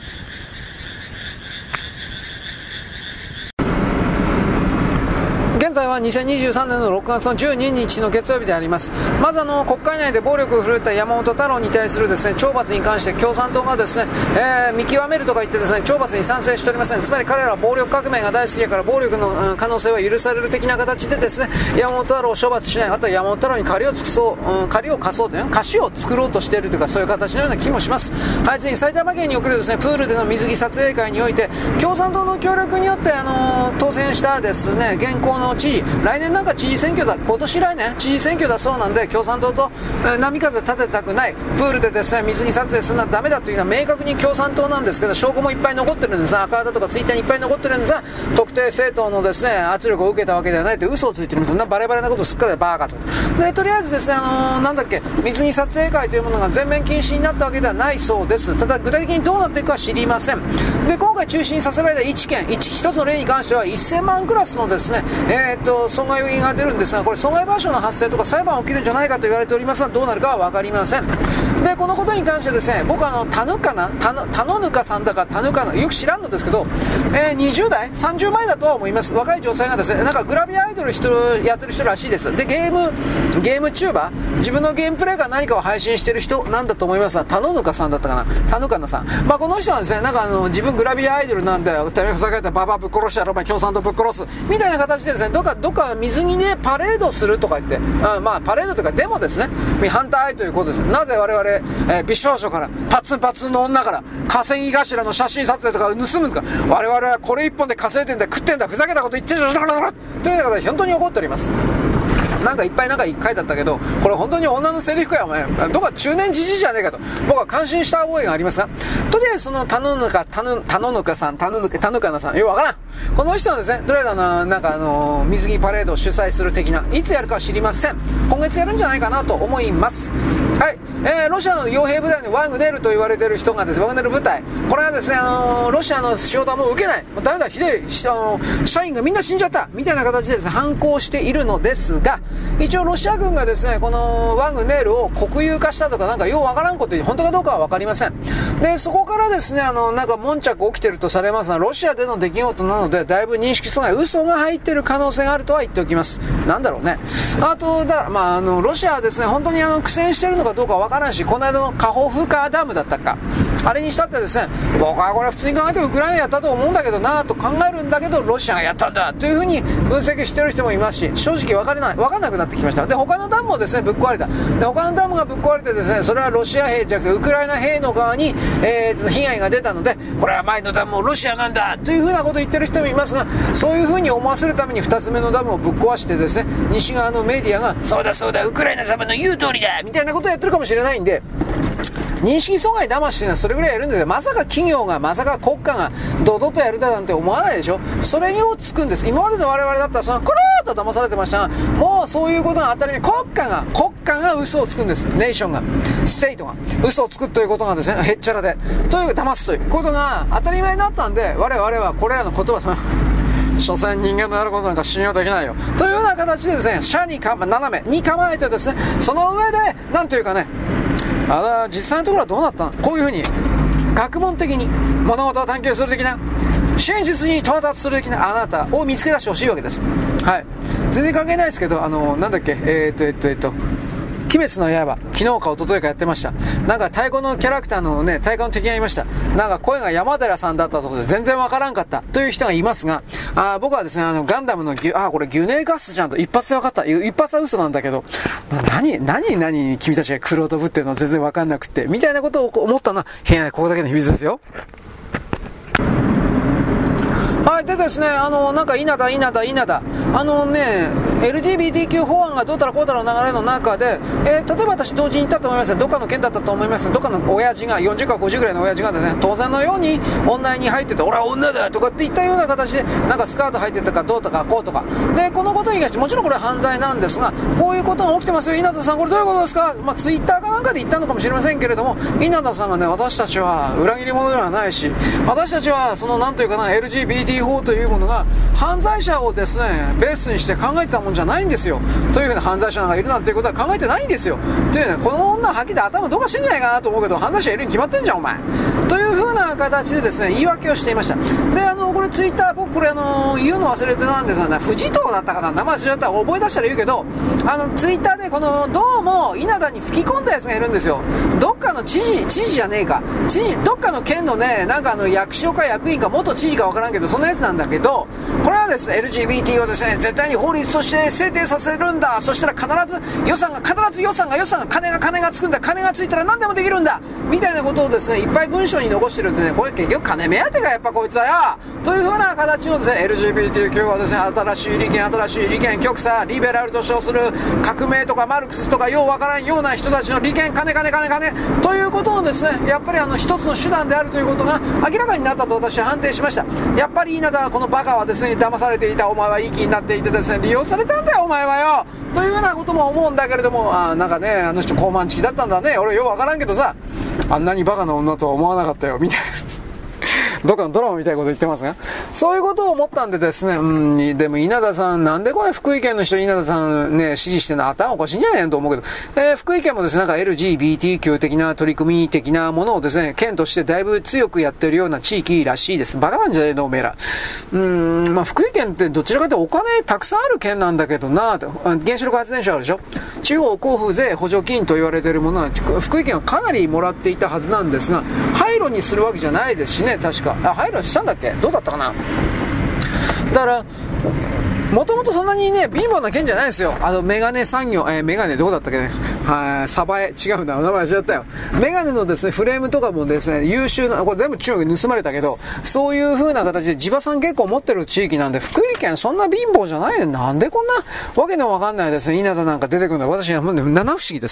現在は2023年の6月の12日の月曜日であります。まず国会内で暴力を振るった山本太郎に対するですね、懲罰に関して共産党がですね、見極めるとか言ってですね、懲罰に賛成しておりません。つまり彼らは暴力革命が大好きだから暴力の可能性は許される的な形でですね、山本太郎を処罰しない、あとは山本太郎に借りを貸そうという貸しを作ろうとしているというか、そういう形のような気もします。はい、次に埼玉県におけるですね、プールでの水着撮影会において共産党の協力によって当選したですね、現行の知事、来年なんか知事選挙だ、今年来年知事選挙だそうなんで、共産党と波風立てたくない、プールでですね水着撮影するのはダメだというのは明確に共産党なんですけど、証拠もいっぱい残ってるんですが、赤旗とかツイッターにいっぱい残ってるんですが、特定政党のですね圧力を受けたわけではないという嘘をついてるんです。バレバレなことすっかりバーカと。でとりあえずですね、水着撮影会というものが全面禁止になったわけではないそうです。ただ具体的にどうなっていくかは知りません。で今回中止にさせられた1件、一つの例に関しては1000万クラスのですね損害が出るんですが、これ損害賠償の発生とか裁判起きるんじゃないかと言われておりますが、どうなるかは分かりません。でこのことに関してですね、僕は田ぬかさんだか田ぬかなよく知らんのですけど、20代30前だとは思います。若い女性がですね、なんかグラビアアイドルやってる人らしいです。でゲームチューバー、自分のゲームプレイか何かを配信してる人なんだと思いますが、田ぬかさんだったかな、田ぬかなさん、この人はですね、なんか自分グラビアアイドルなんだよ、てめえふざけてババぶっ殺してやろ、お前共産党ぶっ殺すみたいな形でですね、どっか水着でパレードするとか言って、パレードというかデモですね、反対ということです。なぜ我々、美少女からパツンパツンの女から稼ぎ頭の写真撮影とか盗むんですか。我々はこれ一本で稼いでんだ、食ってんだ、ふざけたこと言ってんじゃんというような形で本当に怒っております。なんかいっぱいなんか書いてあったけど、これ本当に女のセリフかよお前、どこか中年じじいじゃねえかと僕は感心した覚えがありますが、とりあえずその田ぬかなさん、よくわからん、この人はですね、とりあえずなんか水着パレードを主催する的な、いつやるかは知りません。今月やるんじゃないかなと思います。はい、ロシアの傭兵部隊のワグネルと言われている人がですね、ワグネル部隊、これはですね、ロシアの仕事はもう受けない、もうダメだ、ひどい、社員がみんな死んじゃったみたいな形でですね、反抗しているのですが、一応ロシア軍がですね、このワグネルを国有化したとかなんかようわからんこと言って、本当かどうかはわかりません。でそこからですね、なんか悶着起きてるとされますが、ロシアでの出来事なのでだいぶ認識阻害、嘘が入ってる可能性があるとは言っておきます。なんだろうね、あとロシアはですね、本当に苦戦してるのかどうかはわからんし、この間のカホフカダムだったか、あれにしたってですね、僕はこれは普通に考えてウクライナやったと思うんだけどなと考えるんだけど、ロシアがやったんだというふうに分析してる人もいますし、正直分かんなくなってきました。で他のダムもですねぶっ壊れた。で他のダムがぶっ壊れてですね、それはロシア兵じゃなくてウクライナ兵の側に、被害が出たので、これは前のダムもロシアなんだというふうなことを言ってる人もいますが、そういうふうに思わせるために2つ目のダムをぶっ壊してですね、西側のメディアがそうだそうだウクライナ様の言う通りだみたいなことをやってるかもしれないんで、認識阻害騙しというのはそれぐらいやるんですよ。まさか企業が、まさか国家が堂々とやるだなんて思わないでしょ。それをつくんです。今までの我々だったらそのコローっと騙されてましたが、もうそういうことが当たり前、国家が嘘をつくんです。ネーションが、ステートが嘘をつくということがですね、へっちゃらで騙すということが当たり前になったんで、我々はこれらの言葉所詮人間のやることなんか信用できないよというような形でですね、斜めに構えてですね、その上でなんというかね、実際のところはどうなったの、こういうふうに学問的に物事を探求する的な、真実に到達する的なあなたを見つけ出してほしいわけです。はい、全然関係ないですけど、なんだっけ、鬼滅の刃、昨日か一昨日かやってました。なんか太鼓のキャラクターのね、太鼓の敵がいました。なんか声が山寺さんだったところで全然わからんかったという人がいますが、僕はですね、ガンダムのこれギュネーガスじゃんと一発でわかった。一発は嘘なんだけど、何君たちがクロートぶってるの全然わかんなくてみたいなことを思ったのはここだけの秘密ですよ。はい、でですね、なんか稲田 LGBTQ 法案がどうたらこうたらの流れの中で、例えば私同時に言ったと思います。どっかの県だったと思います。どっかの親父が40か50ぐらいの親父がですね、当然のように女に入ってて、俺は女だとかって言ったような形でなんかスカート入ってたかどうとかこうとかで、このことに関してもちろんこれは犯罪なんですが、こういうことが起きてますよ、稲田さんこれどういうことですか。ツイッターかなんかで言ったのかもしれませんけれども、稲田さんがね、私たちは裏切り者ではないし、私たちはそのなんというかな LGBT 法というものが犯罪者をですねベースにして考えたもんじゃないんですよというふうな、犯罪者がいるなんていうことは考えてないんですよというね、この女はっきり頭どうかしてんじゃないかなと思うけど、犯罪者いるに決まってんじゃんお前というふうな形でですね言い訳をしていました。でこれツイッター僕これ言うの忘れてたんですが、藤藤だったかな、名前忘れちゃった、覚え出したら言うけど、ツイッターでこのどうも稲田に吹き込んだやつがいるんですよ。どっかの知事じゃねえか、どっかの県のね、なんか役所か役員か元知事かわからんけど、そんなやつなんだけど、これはですね LGBT をですね絶対に法律として制定させるんだ、そしたら必ず予算が金がつくんだ、金がついたら何でもできるんだみたいなことをですねいっぱい文章に残してるんですね。これ結局金目当てがやっぱこいつはよというふうな形のですね LGBTQ はですね新しい利権極左リベラルと称する革命とかマルクスとかようわからんような人たちの利権金ということをですねやっぱり一つの手段であるということが明らかになったと私は判定しました。やっぱり稲田はこのバカはですね騙されていた、お前はいい気になっていてですね利用されたんだよお前はよというようなことも思うんだけれども、なんかねあの人高慢チキだったんだね、俺ようわからんけどさ、あんなにバカな女とは思わなかったよみたいなどっかのドラマみたいなこと言ってますが、そういうことを思ったんでですね、でも稲田さんなんでこれ福井県の人稲田さんね支持してるの頭おかしいんじゃないのと思うけど、福井県もですねなんか LGBTQ 的な取り組み的なものをですね県としてだいぶ強くやってるような地域らしいです。バカなんじゃねえのおめえら。福井県ってどちらかというとお金たくさんある県なんだけどな、原子力発電所あるでしょ、地方交付税補助金と言われているものは福井県はかなりもらっていたはずなんですが、廃炉にするわけじゃないですしね、確か廃炉したんだっけ、どうだったかな。だからもともとそんなにね貧乏な県じゃないですよ。メガネ産業、メガネどこだったっけね、サバエ違うんだ、名前違ったよ。メガネのですねフレームとかもですね優秀な、これ全部中国に盗まれたけど、そういう風な形で地場産結構持ってる地域なんで、福井県そんな貧乏じゃないよ。なんでこんなわけのわかんないですね稲田なんか出てくるんだ。私はもう、七不思議です。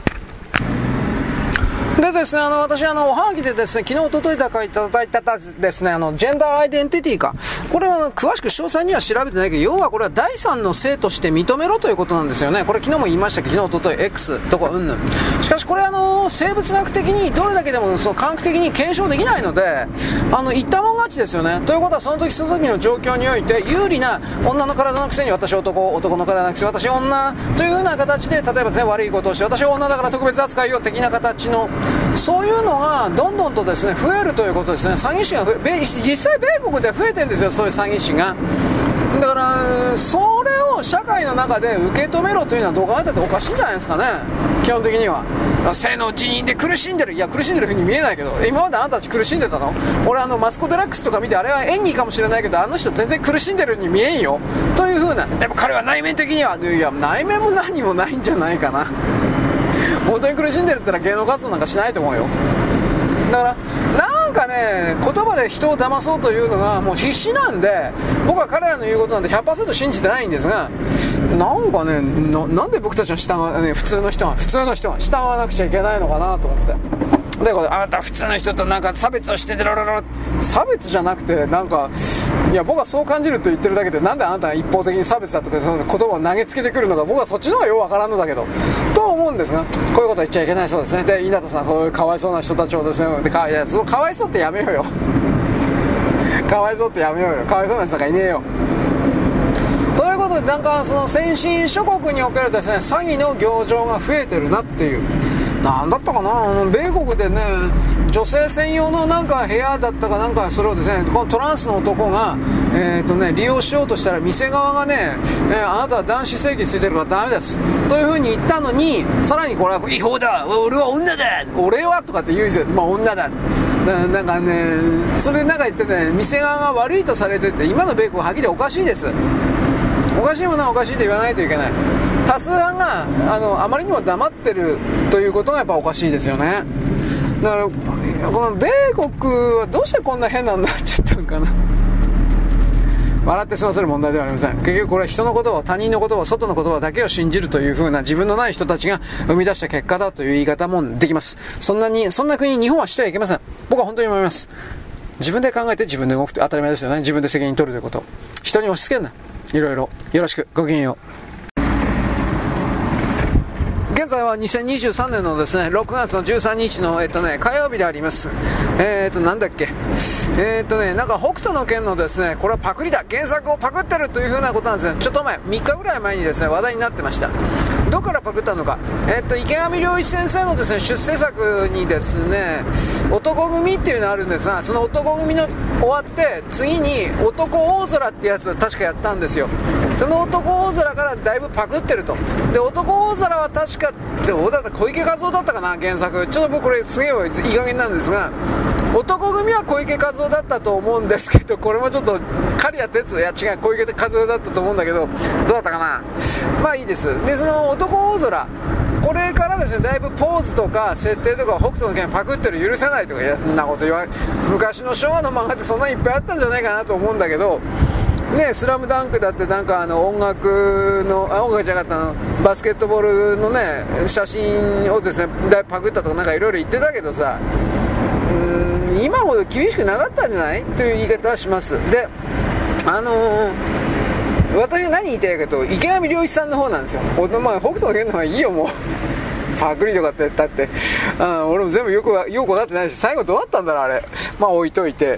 でですね、私おはがきでですね、昨日おとといだかいただいたですね、ジェンダーアイデンティティか。これは詳しく詳細には調べてないけど、要はこれは第三の性として認めろということなんですよね。これ昨日も言いましたけど、昨日おととい X とかうんぬん。しかしこれ生物学的にどれだけでも科学的に検証できないので、言ったもん勝ちですよね。ということはその時の状況において有利な女の体のくせに私男の体のくせに私女というような形で、例えば全悪いことをして私は女だから特別扱いよ的な形のそういうのがどんどんとですね増えるということですね。詐欺師が実際米国で増えてるんですよ、そういう詐欺師が。だからそれを社会の中で受け止めろというのはどう考えたっておかしいんじゃないですかね。基本的には性の辞任で苦しんでる、いや苦しんでる風に見えないけど、今まであなたたち苦しんでたの？俺マツコ・デラックスとか見てあれは演技かもしれないけど、あの人全然苦しんでるに見えんよという風な。でも彼は内面的には、いや内面も何もないんじゃないかな本当に苦しんでるって言ったら芸能活動なんかしないと思うよ。だからなんかね言葉で人を騙そうというのがもう必死なんで、僕は彼らの言うことなんて 100% 信じてないんですが、なんかねなんで僕たちは普通の人は従わなくちゃいけないのかなと思って。でこれあなた普通の人となんか差別をしてて差別じゃなくて、なんかいや僕はそう感じると言ってるだけで、なんであなたが一方的に差別だとかその言葉を投げつけてくるのか、僕はそっちの方がよくわからんのだけどと思うんですが、こういうこと言っちゃいけないそうですね。で稲田さんこういうかわいそうな人たちをですね、いやそのかわいそうってやめようよかわいそうってやめようよ、かわいそうな人なんかいねえよということで、なんかその先進諸国におけるですね詐欺の業情が増えてるなっていう。なんだったかな、米国でね女性専用のなんか部屋だったかなんか、それをですねこのトランスの男が利用しようとしたら店側がね、あなたは男子正義ついてるからダメですという風に言ったのに、さらにこれは違法だ、俺は女だ、俺はとかって言うぜ、女だなんかね、それなんか言ってね店側が悪いとされてて、今の米国ははっきりおかしいです。おかしいものはおかしいと言わないといけない。多数派があまりにも黙ってるということがやっぱおかしいですよね。だからこの米国はどうしてこんな変なになっちゃったのかな。 笑って済ませる問題ではありません。結局これは人の言葉、他人の言葉、外の言葉だけを信じるという風な自分のない人たちが生み出した結果だという言い方もできます。そんな国日本はしてはいけません。僕は本当に思います。自分で考えて自分で動くって当たり前ですよね。自分で責任取るということ。人に押し付けんな。いろいろ。よろしく。ごきげんよう。現在は2023年のですね、6月の13日の、火曜日であります。なんだっけ。なんか北斗の拳のですね、これはパクリだ。原作をパクってるという風なことなんですね。ちょっと前、3日ぐらい前にですね、話題になってました。どこからパクったのか。池上良一先生のですね、出世作にですね、男組っていうのがあるんですが、その男組の終わって、次に男大空ってやつを確かやったんですよ。その男大空からだいぶパクってると。で、男大空は確か、どうだった、小池和夫だったかな、原作。ちょっと僕これすげえいい加減なんですが、男組は小池和夫だったと思うんですけど、これもちょっと刈谷哲、いや違う、小池和夫だったと思うんだけど、どうだったかな。まあいいです。で、その男大空、これからですね、だいぶポーズとか設定とか北斗の拳パクってる許せないとか、いや、そんなこと言わない。昔の昭和の漫画ってそんなにいっぱいあったんじゃないかなと思うんだけどね、スラムダンクだってなんか音楽じゃなかったバスケットボールのね写真をですねだいぶパクったとかなんかいろいろ言ってたけどさ、今ほど厳しくなかったんじゃないという言い方はします。で、私が何言いたいかと、池上良一さんの方なんですよ。まあ、北斗の拳の方がいいよ、もうパクリとかって言ったって、俺も全部よく分かってないし、最後どうだったんだろうあれ。まあ置いといて、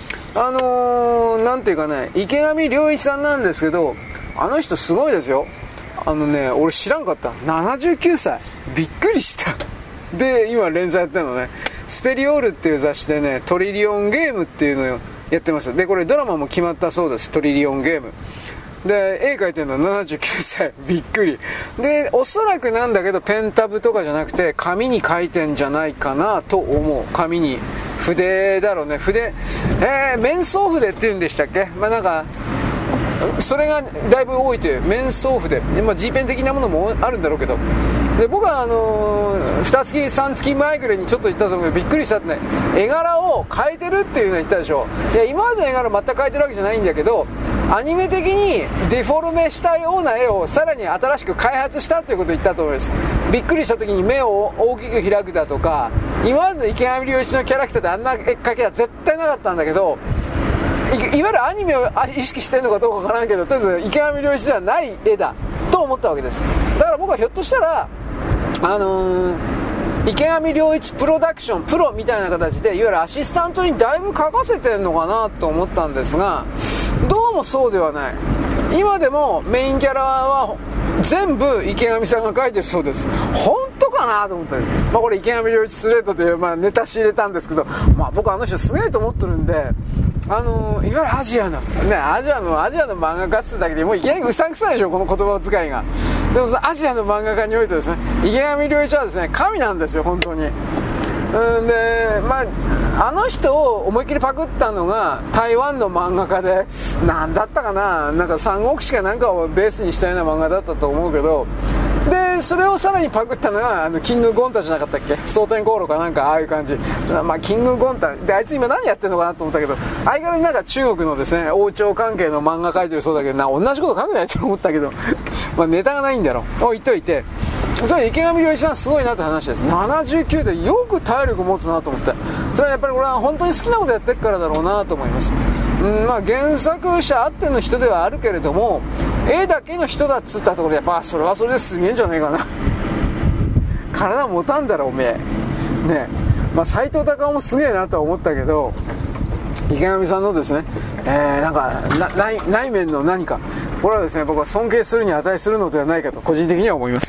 なんていうかね、池上良一さんなんですけど、あの人すごいですよ。俺知らんかった。79歳。びっくりした。で、今連載やってるのね。スペリオールっていう雑誌でね、トリリオンゲームっていうのをやってます。で、これドラマも決まったそうです。トリリオンゲーム。で、絵描いてるのは79歳。びっくり。で、おそらくなんだけど、ペンタブとかじゃなくて、紙に描いてんじゃないかなと思う。紙に。筆だろうね。筆。面相筆って言うんでしたっけ。まあなんか、それがだいぶ多いという面相筆。まあ G ペン的なものもあるんだろうけど。で、僕は2月3月前ぐらいにちょっと言ったと思うけどびっくりしたってね、絵柄を変えてるっていうのを言ったでしょ。いや、今までの絵柄全く変えてるわけじゃないんだけど、アニメ的にデフォルメしたような絵をさらに新しく開発したということを言ったと思います。びっくりした時に目を大きく開くだとか、今までの池上良一のキャラクターであんな絵描きは絶対なかったんだけど、いわゆるアニメを意識してるのかどうかわからんけど、とりあえず池上良一ではない絵だと思ったわけです。だから僕はひょっとしたら池上良一プロダクションプロみたいな形でいわゆるアシスタントにだいぶ書かせてるのかなと思ったんですが、どうもそうではない。今でもメインキャラは全部池上さんが書いてるそうです。本当かなと思ったんです。まあこれ池上良一スレッドという、まあ、ネタ仕入れたんですけど、まあ僕あの人すげえと思ってるんで、いわゆるアジアの漫画家ってだけでもういきなりうさんくさいでしょ、この言葉遣いが。でもアジアの漫画家においてですね、池上良一はですね、神なんですよ、本当に。で、まあ、あの人を思いっきりパクったのが台湾の漫画家で、なんだったかな、なんか三国志かなんかをベースにしたような漫画だったと思うけど、でそれをさらにパクったのがキングゴンタじゃなかったっけ、蒼天航路かなんかああいう感じ。まあキングゴンタで、あいつ今何やってんのかなと思ったけど、相変わらずなんか中国のですね王朝関係の漫画描いてるそうだけど、同じこと書くないと思ったけどまあネタがないんだろう。言っといて、池上良一さんすごいなって話です。79でよく体力持つなと思って、それはやっぱりこれは本当に好きなことやってるからだろうなと思います。まあ原作者あっての人ではあるけれども、絵だけの人だっつったところでやっぱそれはそれですげえんじゃねえかな体持たんだろおめえね。まあ斎藤隆夫もすげえなとは思ったけど、池上さんのですね、なんか内面の何か、これはですね僕は尊敬するに値するのではないかと個人的には思います。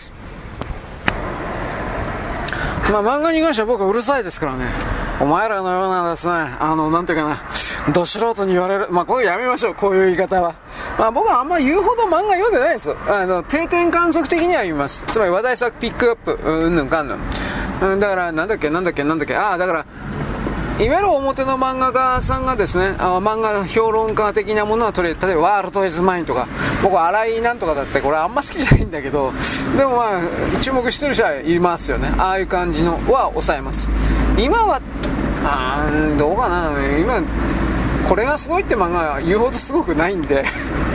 まあ漫画に関しては僕はうるさいですからね。お前らのようなですね、なんていうかな、ど素人に言われる、まあこれやめましょう、こういう言い方は。まあ僕はあんま言うほど漫画読んでないですよ。定点観測的には読みます。つまり話題作ピックアップ、うんぬんかんぬん。だからなんだっけ、だからいわゆる表の漫画家さんがですね、漫画評論家的なものは例えばワールドイズマインとか、僕は荒井なんとかだってこれあんま好きじゃないんだけど、でもまあ注目してる人はいますよね。ああいう感じのは抑えます。今はどうかな、今これがすごいって漫画は言うほどすごくないんで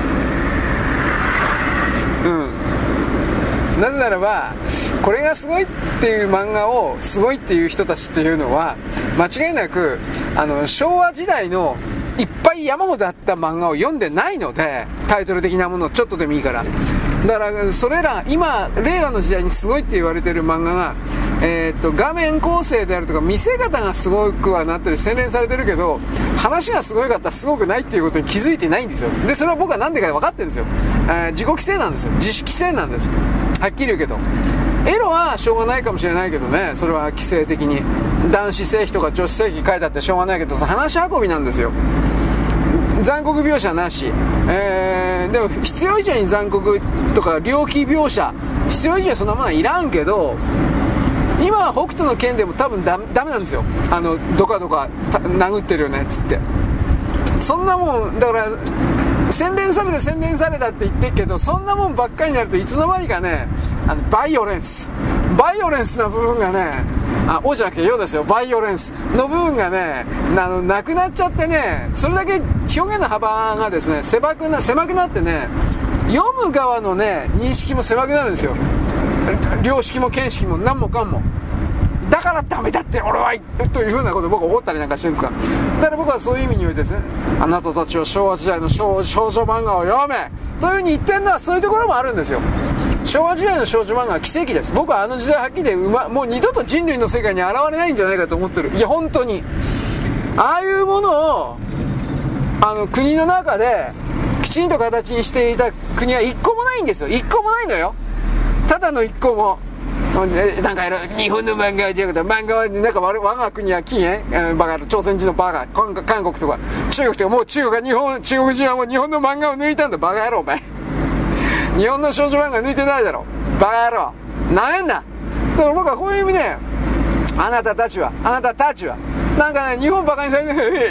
なぜならばこれがすごいっていう漫画をすごいっていう人たちっていうのは間違いなく昭和時代のいっぱい山ほどあった漫画を読んでないので、タイトル的なものをちょっとでもいいから、だからそれら今令和の時代にすごいって言われてる漫画が画面構成であるとか見せ方がすごくはなってる、洗練されてるけど話がすごいかったらすごくないっていうことに気づいてないんですよ。でそれは僕はなんでか分かってるんですよ。自己規制なんですよ。自主規制なんですよ。はっきり言うけどエロはしょうがないかもしれないけどね、それは規制的に男子性癖とか女子性癖書いてあってしょうがないけど、話し運びなんですよ。残酷描写なし、でも必要以上に残酷とか猟奇描写必要以上にそんなものはいらんけど、今は北斗の拳でも多分ダメなんですよ。ドカドカ殴ってるよねっつって、そんなもんだから洗練されたって言ってるけど、そんなもんばっかりになるといつの間にかね、バイオレンスな部分がね、おじゃなくてよですよ、バイオレンスの部分がねなくなっちゃってね、それだけ表現の幅がですね狭くなってね、読む側のね認識も狭くなるんですよ。良識も見識も何もかんも、だからダメだって俺はというふうなことを僕は怒ったりなんかしてるんですから。だから僕はそういう意味においてですね、あなたたちは昭和時代の少女漫画を読めというふうに言ってるのはそういうところもあるんですよ。昭和時代の少女漫画は奇跡です。僕は時代はっきりでもう二度と人類の世界に現れないんじゃないかと思ってる。いや本当にああいうものを国の中できちんと形にしていた国は一個もないんですよ。一個もないのよ。ただの一個もなんか日本の漫画は違うけど、漫画はなんか我が国は禁煙、バカ朝鮮人のバカ、韓国とか中国とか、もう中国人はもう日本の漫画を抜いたんだ。バカ野郎お前日本の少女漫画抜いてないだろバカ野郎、なめんな。だから僕はこういう意味であなたたちはなんかね日本バカにされて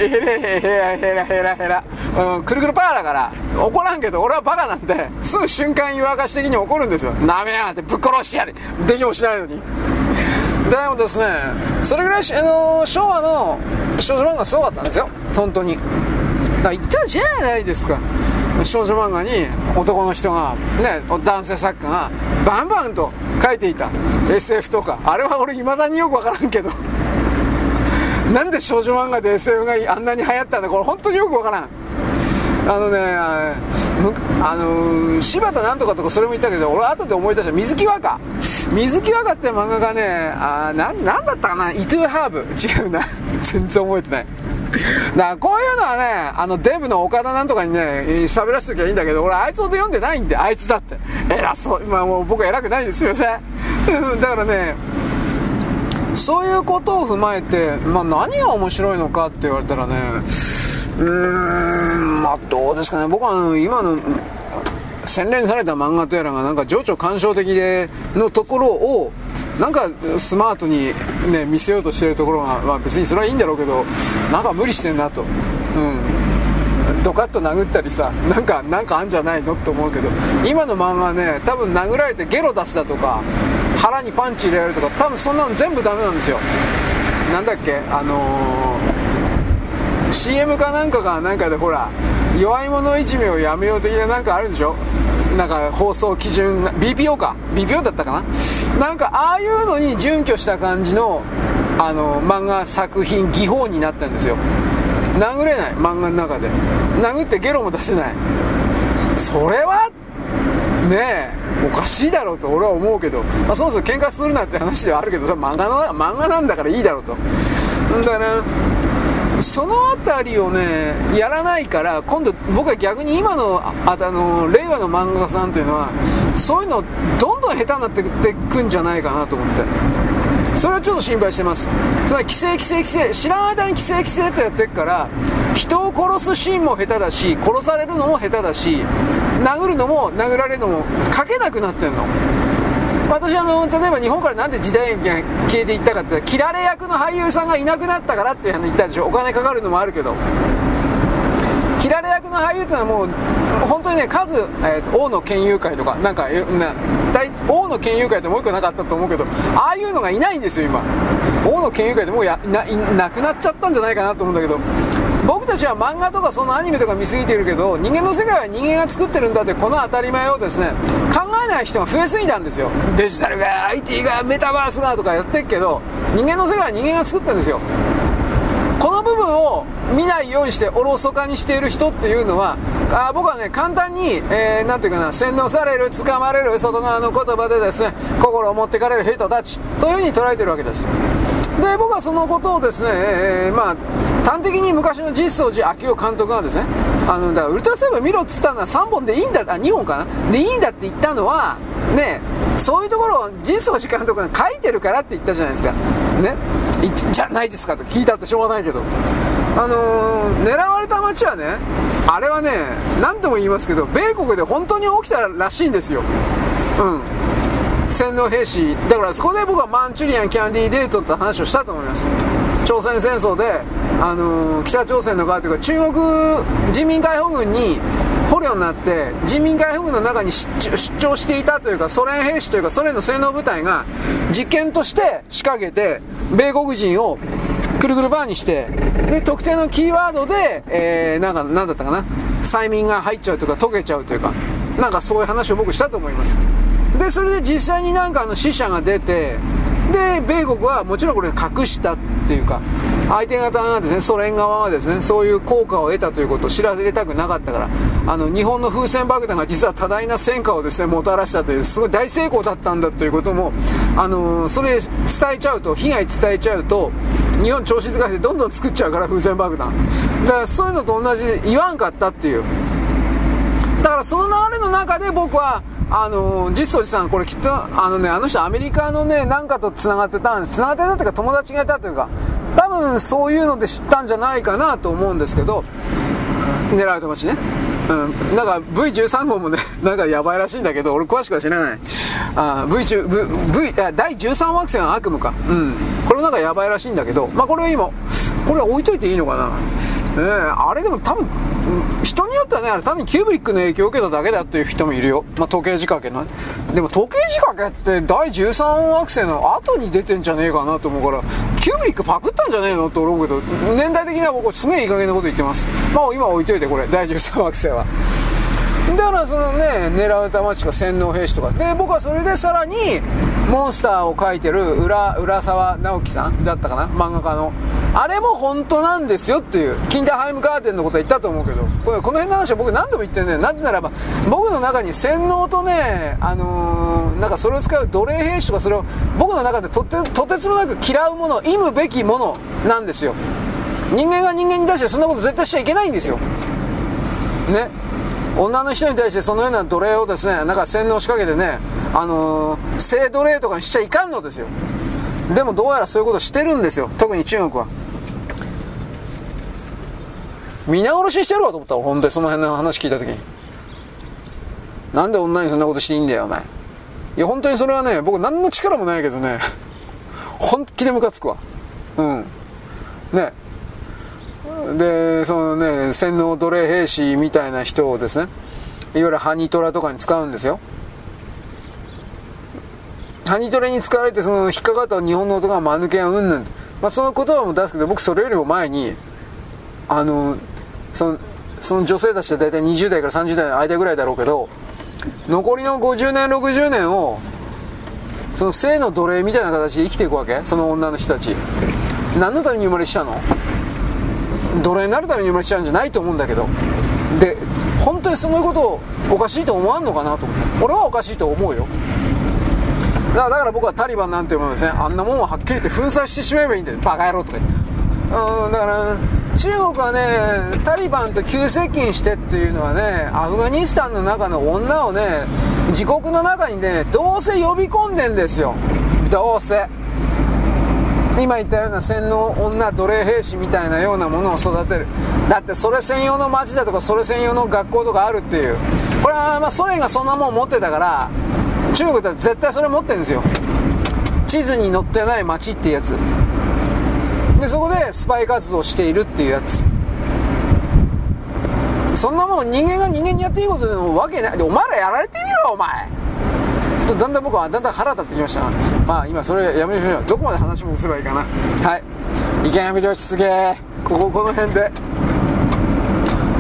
ヘラくるくるパーだから怒らんけど、俺はバカなんですぐ瞬間湯沸かし的に怒るんですよ。なめやがってぶっ殺してやる、できもしないのに。でもですね、それぐらい昭和の少女漫画すごかったんですよ本当に。だから言ったじゃないですか、少女漫画に男の人がね、男性作家がバンバンと書いていた SF とか、あれは俺未だによくわからんけどなんで少女漫画で SF があんなに流行ったんだ、これ本当によくわからん。柴田なんとかとかそれも言ったけど、俺後で思い出した水木和歌って漫画がね、なんだったかな、イトゥーハーブ違うな全然覚えてない。だからこういうのはね、デブの岡田なんとかにね喋らせときゃいいんだけど、俺あいつほど読んでないんで、あいつだって偉そう、もう僕は偉くないですよねだからね、そういうことを踏まえて、何が面白いのかって言われたらね、どうですかね。僕は今の洗練された漫画とやらがなんか情緒干渉的でのところをなんかスマートにね見せようとしてるところが、別にそれはいいんだろうけど、なんか無理してんなと、ドカッと殴ったりさ、なんかあんじゃないのって思うけど、今の漫画はね多分殴られてゲロ出すだとか腹にパンチ入れられるとか、多分そんなの全部ダメなんですよ。なんだっけ、CM かなんかがなんかでほら弱い者いじめをやめよう的ななんかあるでしょ。なんか放送基準 BPO だったかな、なんかああいうのに準拠した感じの漫画作品技法になったんですよ。殴れない、漫画の中で殴ってゲロも出せない、それはねえおかしいだろうと俺は思うけど、そもそも喧嘩するなって話ではあるけどさ、漫画なんだからいいだろうと。だからそのあたりをねやらないから、今度僕は逆に今の令和の漫画家さんというのはそういうのどんどん下手になっていくんじゃないかなと思って、それはちょっと心配してます。つまり規制知らん間に規制ってやってるから、人を殺すシーンも下手だし、殺されるのも下手だし、殴るのも殴られるのも書けなくなってんの。私例えば日本からなんで時代劇が消えていったかって言ったら、切られ役の俳優さんがいなくなったからって言ったでしょ。お金かかるのもあるけど、切られ役の俳優ってのはもう本当にね王の剣友会とかなんか王の剣友会ってもう一個なかったと思うけど、ああいうのがいないんですよ今。王の剣友会ってもうなくなっちゃったんじゃないかなと思うんだけど、 僕たちは漫画とかそのアニメとか見すぎているけど、人間の世界は人間が作ってるんだって、この当たり前をですね、考えない人が増えすぎたんですよ。デジタルが IT がメタバースがとかやってるけど、人間の世界は人間が作ってるんですよ。この部分を見ないようにしておろそかにしている人っていうのは、僕はね、簡単に、なんていうかな、洗脳される、掴まれる、外側の言葉でですね、心を持ってかれる人たちというふうに捉えているわけです。で、僕はそのことをですね、端的に昔の実相寺昭夫監督がですね、だからウルトラセブン見ろっつったのは3本でいいんだ、2本かなでいいんだって言ったのはね、そういうところを実相寺監督が書いてるからって言ったじゃないですかね。じゃないですかと聞いたってしょうがないけど、狙われた街はね、あれはね、何度も言いますけど、米国で本当に起きたらしいんですよ。洗脳兵士だから、そこで僕はマンチュリアンキャンディーデートって話をしたと思います。朝鮮戦争で、北朝鮮の側というか中国人民解放軍に捕虜になって人民解放軍の中に出張していたというか、ソ連兵士というかソ連の洗脳部隊が実験として仕掛けて米国人をくるくるバーにして、で特定のキーワードで、なんだったかな、催眠が入っちゃうとか溶けちゃうというか、なんかそういう話を僕したと思います。でそれで実際になんか死者が出て、で米国はもちろんこれ隠したっていうか、相手方がですね、ソ連側はですね、そういう効果を得たということを知られたくなかったから、日本の風船爆弾が実は多大な戦果をですねもたらしたという、すごい大成功だったんだということも、それ伝えちゃうと、被害伝えちゃうと日本調子づかしてどんどん作っちゃうから、風船爆弾だから、そういうのと同じで言わんかったっていう。だからその流れの中で僕は実相寺さん、これきっとあの人アメリカのねなんかと繋がってたんです。繋がってたというか友達がいたというか、多分そういうので知ったんじゃないかなと思うんですけど、狙われた街ね、なんか V13 号もねなんかやばいらしいんだけど、俺詳しくは知らない。第13惑星の悪夢か、これなんかやばいらしいんだけど、これは今これは置いといていいのかな。あれでも多分人によってはね、あれ単にキューブリックの影響を受けただけだっていう人もいるよ。時計仕掛けの、でも時計仕掛けって第13惑星の後に出てんじゃねえかなと思うから、キューブリックパクったんじゃねえのって思うけど、年代的には僕すげえいい加減なこと言ってます。今置いといて、これ第13惑星はだからそのね、狙われた街とか洗脳兵士とかで、僕はそれでさらにモンスターを描いてる浦沢直樹さんだったかな、漫画家の、あれも本当なんですよっていう、キンダーハイムガーデンのことは言ったと思うけど、この辺の話は僕何度も言ってるね。なぜならば僕の中に洗脳とね、なんかそれを使う奴隷兵士とか、それを僕の中でとてつもなく嫌うもの、忌むべきものなんですよ。人間が人間に対してそんなこと絶対しちゃいけないんですよね。女の人に対してそのような奴隷をですね、なんか洗脳しかけてね、性奴隷とかにしちゃいかんのですよ。でもどうやらそういうことしてるんですよ、特に中国は。皆殺ししてるわと思ったわ、本当にその辺の話聞いた時に。なんで女にそんなことしていいんだよお前。いや本当にそれはね、僕何の力もないけどね本気でムカつくわ。ねで、そのね、洗脳奴隷兵士みたいな人をですね、いわゆるハニトラとかに使うんですよ。ハニトラに使われて、その引っかかった日本の男が間抜けがうんぬん、その言葉も出すけど、僕それよりも前にその女性たちは大体20代から30代の間ぐらいだろうけど、残りの50年60年をその性の奴隷みたいな形で生きていくわけ。その女の人たち何のために生まれしたの？奴隷になるために生まれちゃうんじゃないと思うんだけど、で本当にそのことをおかしいと思わんのかなと思って。俺はおかしいと思うよ。だから僕はタリバンなんていうものですね、あんなもんをはっきり言って粉砕してしまえばいいんだよ、バカ野郎とか言って。だから中国はね、タリバンと急接近してっていうのはね、アフガニスタンの中の女をね、自国の中にね、どうせ呼び込んでんですよ。どうせ今言ったような洗脳女奴隷兵士みたいなようなものを育てる。だってそれ専用の町だとかそれ専用の学校とかあるっていう。これはソ連がそんなもん持ってたから、中国だって絶対それ持ってるんですよ。地図に載ってない町っていうやつで、そこでスパイ活動しているっていうやつ。そんなもん人間が人間にやっていいことでもわけない。でお前らやられてみろお前。だんだん僕はだんだん腹立ってきましたが、今それやめましょう。どこまで話もすればいいかな。はい、意見やめて落ち着け。この辺で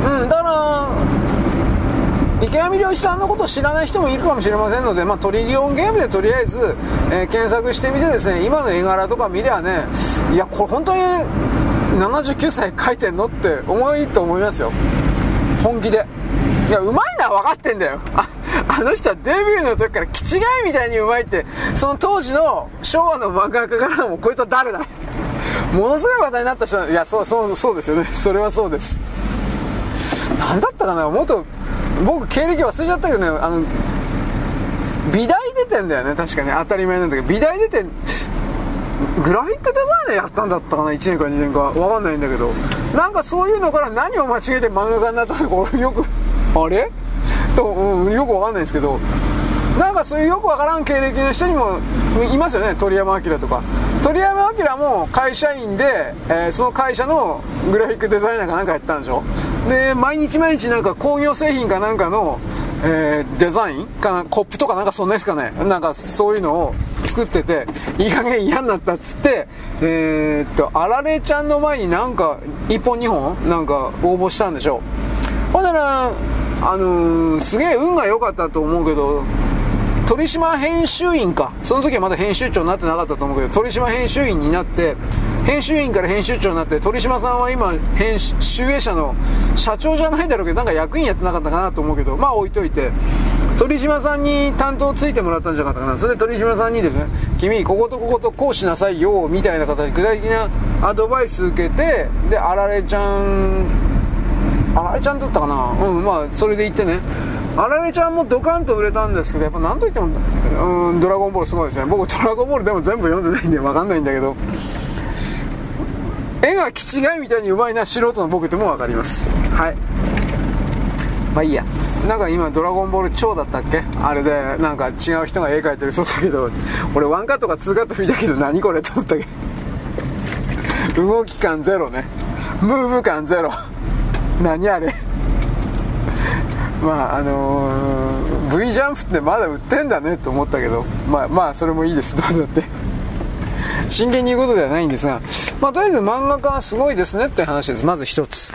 だから池上良一さんのことを知らない人もいるかもしれませんので、トリリオンゲームでとりあえず、検索してみてですね、今の絵柄とか見りゃね、いやこれ本当に79歳描いてんのって思いと思いますよ、本気で。いやうまいのは分かってんだよ、あの人はデビューの時から気違いみたいにうまいって、その当時の昭和の漫画家からもこいつは誰だものすごい話題になった人。いやそうですよね、それはそうです。なんだったかな、もっと僕経歴忘れちゃったけどね、美大出てんだよね、確かに当たり前なんだけど、美大出てグラフィックデザイナーやったんだったかな、1年か2年か分かんないんだけど、なんかそういうのから何を間違えて漫画家になったのか俺よくあれと、よく分かんないですけど、なんかそういうよく分からん経歴の人にもいますよね。鳥山明とか、鳥山明も会社員で、その会社のグラフィックデザイナーかなんかやったんでしょ。で毎日なんか工業製品かなんかの、デザインかな、コップとかなんかそんなですかね、なんかそういうのを作ってて、いい加減嫌になったっつって、あられちゃんの前になんか1本2本なんか応募したんでしょ。ほんならすげえ運が良かったと思うけど、鳥島編集員か、その時はまだ編集長になってなかったと思うけど、鳥島編集員になって、編集員から編集長になって、鳥島さんは今集英社の社長じゃないだろうけど、なんか役員やってなかったかなと思うけど、置いといて、鳥島さんに担当ついてもらったんじゃなかったかな。それで鳥島さんにですね、君こことこことこうしなさいよみたいな形で具体的なアドバイス受けて、であられちゃんだったかな、それで言ってね、あられちゃんもドカンと売れたんですけど、やっぱ何と言ってもドラゴンボールすごいですね。僕ドラゴンボールでも全部読んでないんで分かんないんだけど、絵が気違いみたいにうまいな素人の僕でも分かります。はい、いいや。なんか今ドラゴンボール超だったっけ、あれでなんか違う人が絵描いてるそうだけど、俺1カットか2カット見たけど何これと思ったけど動き感ゼロね、ムーブ感ゼロ何あれV ジャンプってまだ売ってんだねと思ったけど、それもいいです、どうだって真剣に言うことではないんですが、とりあえず漫画家はすごいですねって話です。まず一つ。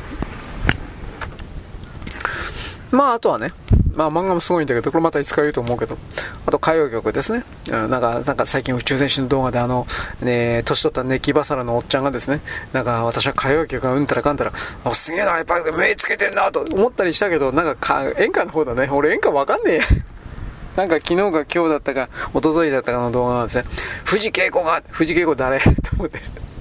あとはね、漫画もすごいんだけど、これまたいつか言うと思うけど、あと歌謡曲ですね。なんか最近宇宙戦士の動画で年取ったネキバサラのおっちゃんがですね、なんか私は歌謡曲がうんたらかんたら、すげえな、やっぱり目つけてんなと思ったりしたけど、なんか演歌の方だね。俺演歌わかんねえなんか昨日か今日だったか一昨日だったかの動画なんですね。藤恵子誰と思って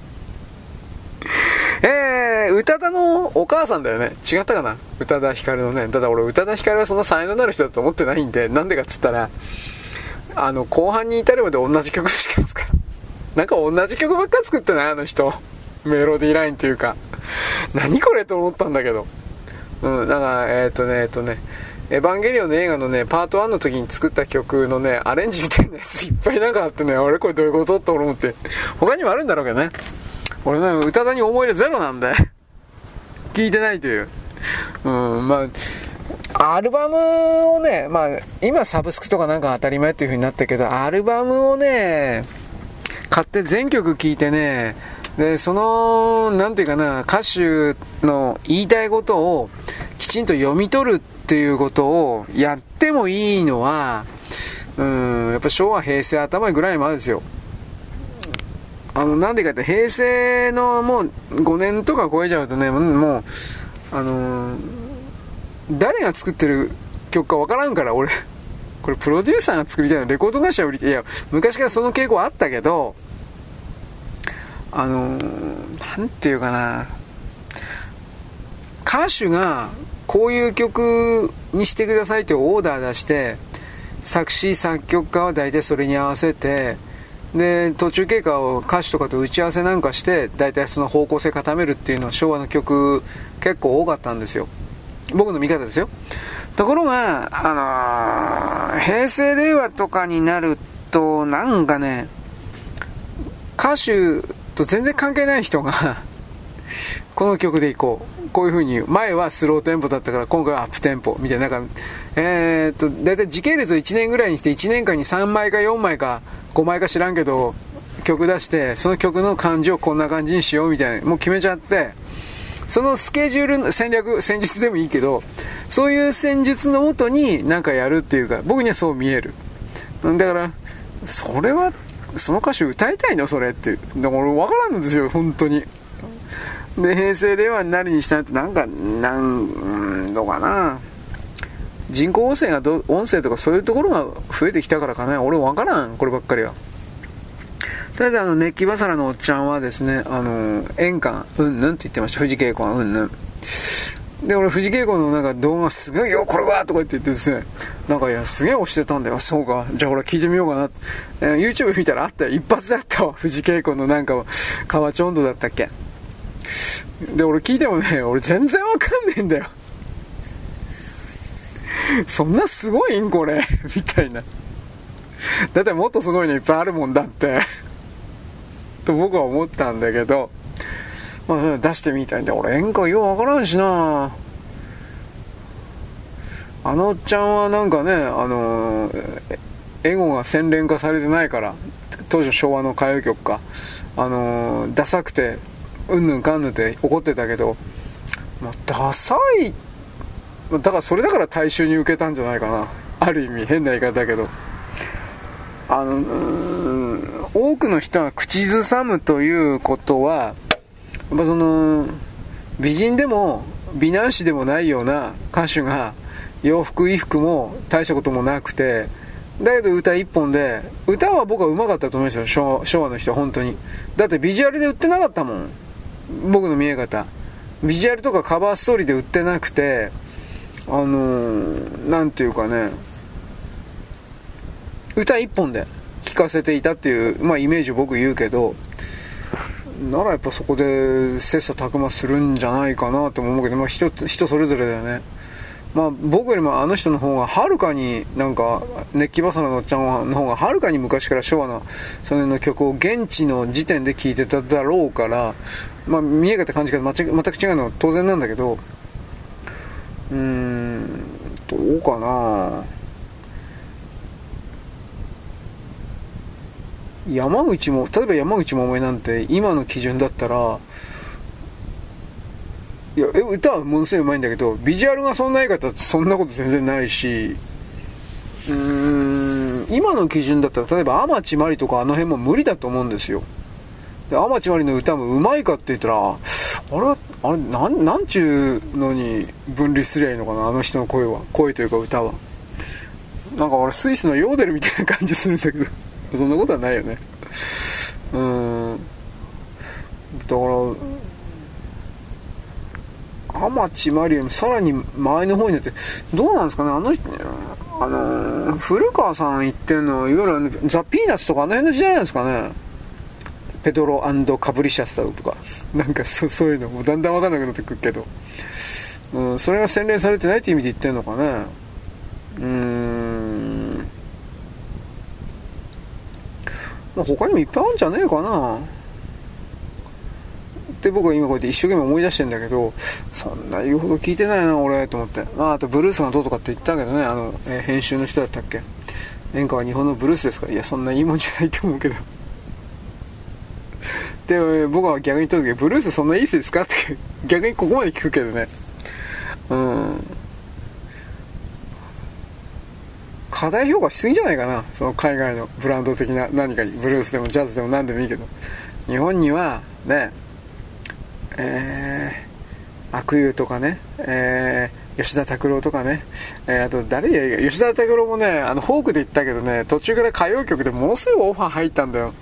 宇多田のお母さんだよね。違ったかな、宇多田ヒカルのね。ただ俺宇多田ヒカルはそんな才能のある人だと思ってないんで、なんでかっつったら後半に至るまで同じ曲しか使う、なんか同じ曲ばっか作ってないあの人、メロディーラインというか何これと思ったんだけど、なんかエヴァンゲリオンの映画のねパート1の時に作った曲のねアレンジみたいなやついっぱいなんかあってね、俺これどういうことと思って、他にもあるんだろうけどね、俺ね宇多田に思い入れゼロなんで聞いてないという。アルバムをね、今サブスクとかなんか当たり前っていう風になったけど、アルバムをね買って全曲聴いてね、でそのなんていうかな、歌手の言いたいことをきちんと読み取るっていうことをやってもいいのは、やっぱ昭和平成頭ぐらいまでですよ。なんでかって平成のもう5年とか超えちゃうとね、もう誰が作ってる曲かわからんから、俺これプロデューサーが作りたいの、レコード会社売りたい。いや昔からその傾向あったけど、なんていうかな、歌手がこういう曲にしてくださいってオーダー出して、作詞作曲家は大体それに合わせて、で途中経過を歌手とかと打ち合わせなんかして大体その方向性固めるっていうのは昭和の曲結構多かったんですよ、僕の見方ですよ。ところが平成令和とかになるとなんかね、歌手と全然関係ない人がこの曲でいこう、こういう風に、前はスローテンポだったから今回はアップテンポみたいな、なんかだいたい時系列を1年ぐらいにして1年間に3枚か4枚か5枚か知らんけど曲出して、その曲の感じをこんな感じにしようみたいなもう決めちゃって、 そのスケジュールの戦術でもいいけど、そういう戦術のもとになんかやるっていうか、僕にはそう見える。だからそれはその歌手歌いたいのそれっていう。だから俺分からんのですよ本当に。で平成令和になるにしたってどうかな、人工音声とかそういうところが増えてきたからかね、俺分からんこればっかりは。とりあえず熱気バサラのおっちゃんはですね、演歌うんぬんって言ってました。藤恵子はうんぬんで、俺藤恵子のなんか動画すごいよこれはとか言ってですね、なんかいやすげえ押してたんだよ。そうか、じゃあ俺聞いてみようかな、YouTube 見たらあったよ、一発だったわ。藤恵子のなんか河内音頭だったっけ。で俺聞いてもね、俺全然わかんねえんだよそんなすごいんこれみたいな。だってもっとすごいのいっぱいあるもんだってと僕は思ったんだけど、まあ、出してみたいんで、俺演歌ようわからんしな。あのおっちゃんはなんかね、エゴが洗練化されてないから、当時昭和の歌謡曲か、ダサくてうんぬんかんぬんって怒ってたけど、まあ、ダサいだからそれだから大衆に受けたんじゃないかな。ある意味変な言い方だけど、多くの人が口ずさむということは、やっぱその美人でも美男子でもないような歌手が洋服衣服も大したこともなくて、だけど歌一本で、歌は僕は上手かったと思いますよ、昭和の人は本当に。だってビジュアルで売ってなかったもん、僕の見え方。ビジュアルとかカバーストーリーで売ってなくて、なんていうかね、歌一本で聴かせていたっていう、まあ、イメージを僕言うけど、ならやっぱそこで切磋琢磨するんじゃないかなと思うけど、まあ、人それぞれだよね。まあ、僕よりもあの人の方がはるかになんか熱気バサラのおっちゃんの方がはるかに昔から昭和のその辺の曲を現地の時点で聴いてただろうから、まあ、見え方感じ方全く違うのは当然なんだけど、どうかな。例えば山口百恵なんて今の基準だったら、いや歌はものすごい上手いんだけど、ビジュアルがそんな言い方ってそんなこと全然ないし、今の基準だったら例えば天地真理とかあの辺も無理だと思うんですよ。で天地真理の歌も上手いかって言ったら、あれなんちゅうのに分離すりゃいいのかな、あの人の声というか歌は。なんか俺スイスのヨーデルみたいな感じするんだけどそんなことはないよね。だから天地真理よりもさらに前の方になって、どうなんですかね、古川さん言ってるのはいわゆるザ・ピーナッツとかあの辺の時代なんですかね。ペドロ&カブリシャスだとかなんかそういうのもだんだん分かんなくなってくるけど、それが洗練されてないという意味で言ってるのかね。まあ、他にもいっぱいあるんじゃねえかなって僕は今こうやって一生懸命思い出してるんだけど、そんな言うほど聞いてないな俺と思って。あとブルースがどうとかって言ったけどね、編集の人だったっけ。演歌は日本のブルースですか。いやそんないいもんじゃないと思うけどで僕は逆に言った時、ブルースそんないいですかって逆にここまで聞くけどね。過大評価しすぎじゃないかな、その海外のブランド的な何かに。ブルースでもジャズでも何でもいいけど、日本にはね、阿久悠とかね、吉田拓郎とかね、あと誰や、吉田拓郎もね、フォークで言ったけどね、途中から歌謡曲でものすごいオファー入ったんだよ。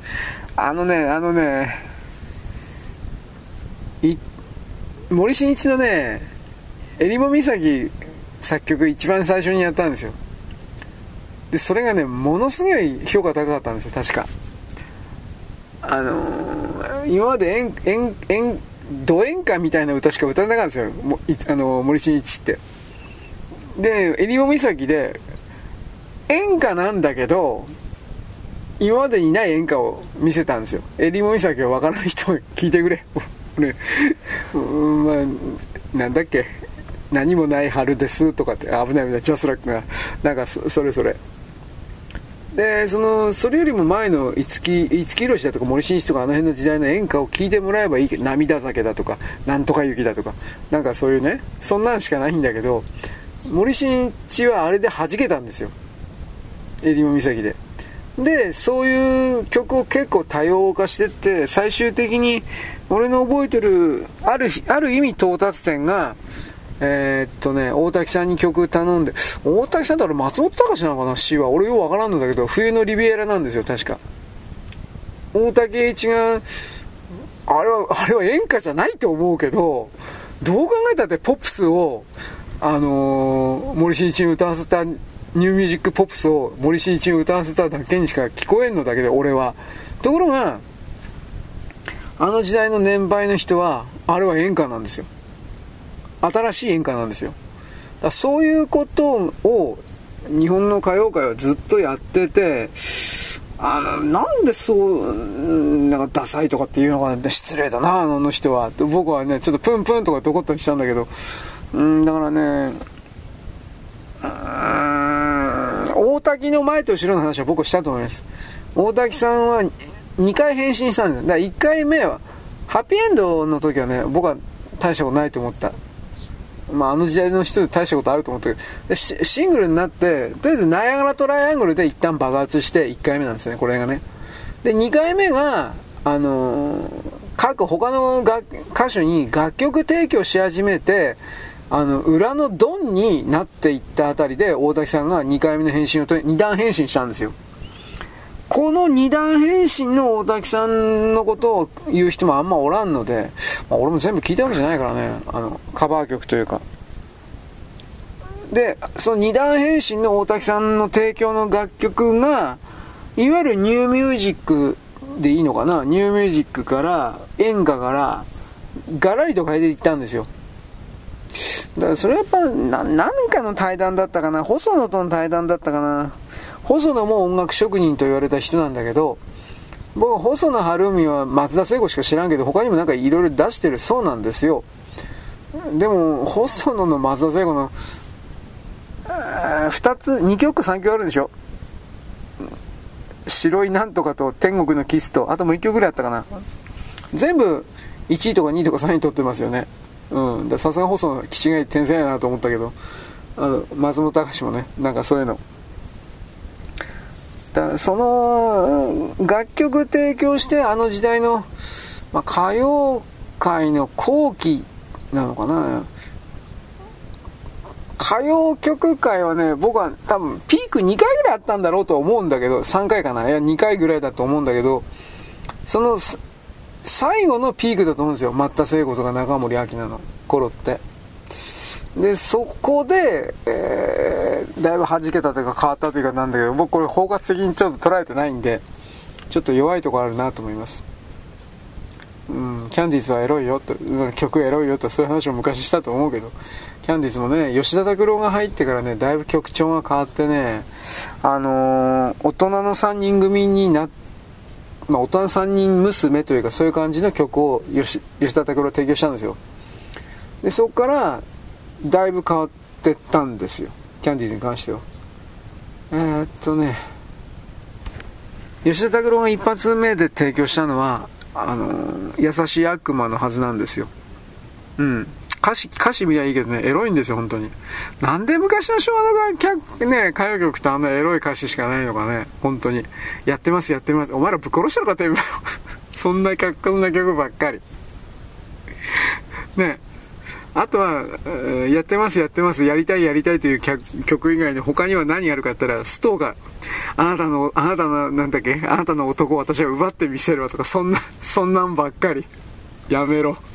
森進一のね、襟裳岬作曲一番最初にやったんですよ。でそれがねものすごい評価高かったんですよ確か。今までド演歌みたいな歌しか歌えなかったんですよ、森進一って。で襟裳岬で演歌なんだけど今までにない演歌を見せたんですよ。襟裳岬を分からない人は聞いてくれね、なんだっけ、何もない春ですとかって、危ないジャスラックがなんかそれぞれで、それよりも前の五木ひろしだとか森進一とかあの辺の時代の演歌を聴いてもらえばいいけど、涙酒だとか、なんとか雪だとか、なんかそういうね、そんなんしかないんだけど、森進一はあれで弾けたんですよ。襟裳岬で。で、そういう曲を結構多様化してって、最終的に俺の覚えてるある意味到達点が、大滝さんに曲頼んで、大滝さんってあれ松本隆なのかな、詩は。俺よくわからんのだけど、冬のリビエラなんですよ、確か。大滝栄一が、あれは演歌じゃないと思うけど、どう考えたってポップスを、森進一に歌わせた、ニューミュージックポップスを森進一に歌わせただけにしか聞こえんのだけで、俺は。ところが、あの時代の年配の人は、あれは演歌なんですよ。新しい演歌なんですよ。だそういうことを日本の歌謡界はずっとやってて、なんでなんかダサいとかっていうのが失礼だな、あの人は。僕はね、ちょっとプンプンとかって怒ったりしたんだけど、だからね、大滝の前と後ろの話は僕はしたと思います。大滝さんは2回変身したんです。だから1回目は、ハッピーエンドの時はね、僕は大したことないと思った。あの時代の人で大したことあると思ったけど、でシングルになって、とりあえずナイアガラトライアングルで一旦爆発して1回目なんですね、これがね。で、2回目が、各他の歌手に楽曲提供し始めて、裏のドンになっていったあたりで、大滝さんが2回目の変身を2段変身したんですよ。この2段変身の大滝さんのことを言う人もあんまおらんので、俺も全部聞いたわけじゃないからね、カバー曲というか。で、その2段変身の大滝さんの提供の楽曲が、いわゆるニューミュージックでいいのかな、ニューミュージックから演歌からガラリと変えていったんですよ。だからそれはやっぱ何かの対談だったかな、細野との対談だったかな。細野も音楽職人と言われた人なんだけど、僕は細野晴臣は松田聖子しか知らんけど、他にもなんかいろいろ出してるそうなんですよ。でも細野の松田聖子の2曲3曲あるんでしょ。白いなんとかと天国のキスと、あともう1曲ぐらいあったかな。全部1位とか2位とか3位取ってますよね。さすが細野気違い天才やなと思ったけど、松本隆もね、なんかそういうのだ、その楽曲提供してあの時代の、歌謡界の後期なのかな。歌謡曲界はね、僕は多分ピーク2回ぐらいあったんだろうと思うんだけど、3回かな、いや2回ぐらいだと思うんだけど、その最後のピークだと思うんですよ、松田聖子とか中森明菜の頃って。でそこで、だいぶ弾けたというか変わったというかなんだけど、僕これ包括的にちょっと捉えてないんで、ちょっと弱いところあるなと思います。キャンディーズはエロいよと、曲エロいよと、そういう話も昔したと思うけど、キャンディーズもね、吉田拓郎が入ってからね、だいぶ曲調が変わってね、大人の3人組に大人の3人娘というか、そういう感じの曲を吉田拓郎提供したんですよ。でそこからだいぶ変わってったんですよ、キャンディーズに関しては。吉田拓郎が一発目で提供したのは優しい悪魔のはずなんですよ。歌詞見りゃいいけどね、エロいんですよ本当に。なんで昔の昭和の歌謡曲ってあんなエロい歌詞しかないのかね、本当に。やってますお前らぶっ殺したのかてそんな曲ばっかりね。あとは、やってますやりたいという曲以外に他には何あるかって言ったら、ストーがあなたのなんだっけ、あなたの男を私は奪ってみせるわとか、そんなんばっかり。やめろ。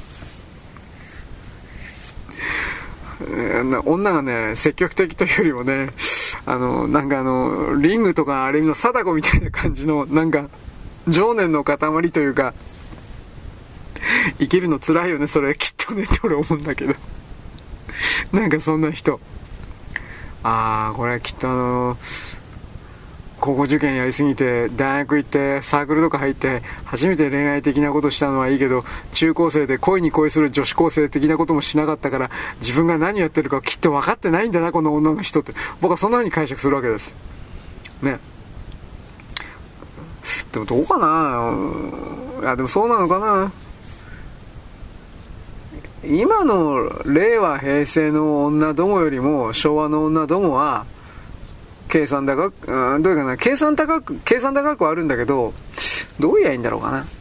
女がね、積極的というよりもね、リングとかあれの貞子みたいな感じの、なんか情念の塊というか、生きるの辛いよねそれきっとねって俺思うんだけどなんかそんな人、これはきっと高校受験やりすぎて大学行ってサークルとか入って初めて恋愛的なことしたのはいいけど、中高生で恋に恋する女子高生的なこともしなかったから、自分が何やってるかきっと分かってないんだなこの女の人って、僕はそんな風に解釈するわけですね。 でもどうかな。いやでもそうなのかな。今の令和平成の女どもよりも昭和の女どもは計算高く、どういうかな、計算高くはあるんだけど、どう言えばいいんだろうかな。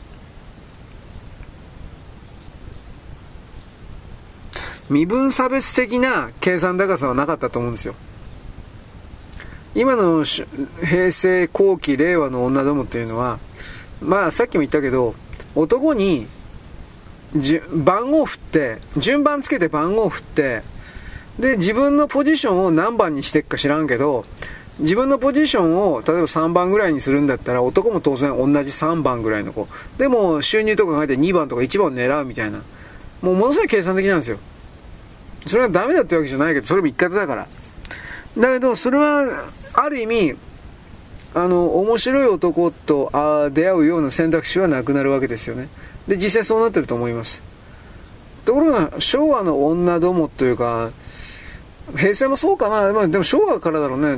身分差別的な計算高さはなかったと思うんですよ。今の平成後期令和の女どもっていうのは、まあさっきも言ったけど、男に番号振って、順番つけて番号振って、で自分のポジションを何番にしていくか知らんけど、自分のポジションを例えば3番ぐらいにするんだったら、男も当然同じ3番ぐらいの子でも収入とか考えて2番とか1番を狙うみたいな、もうものすごい計算的なんですよ。それはダメだってわけじゃないけど、それも一方だから。だけどそれはある意味面白い男と出会うような選択肢はなくなるわけですよね。で実際そうなってると思います。ところが昭和の女どもというか、平成もそうかな、まあ、でも昭和からだろうね。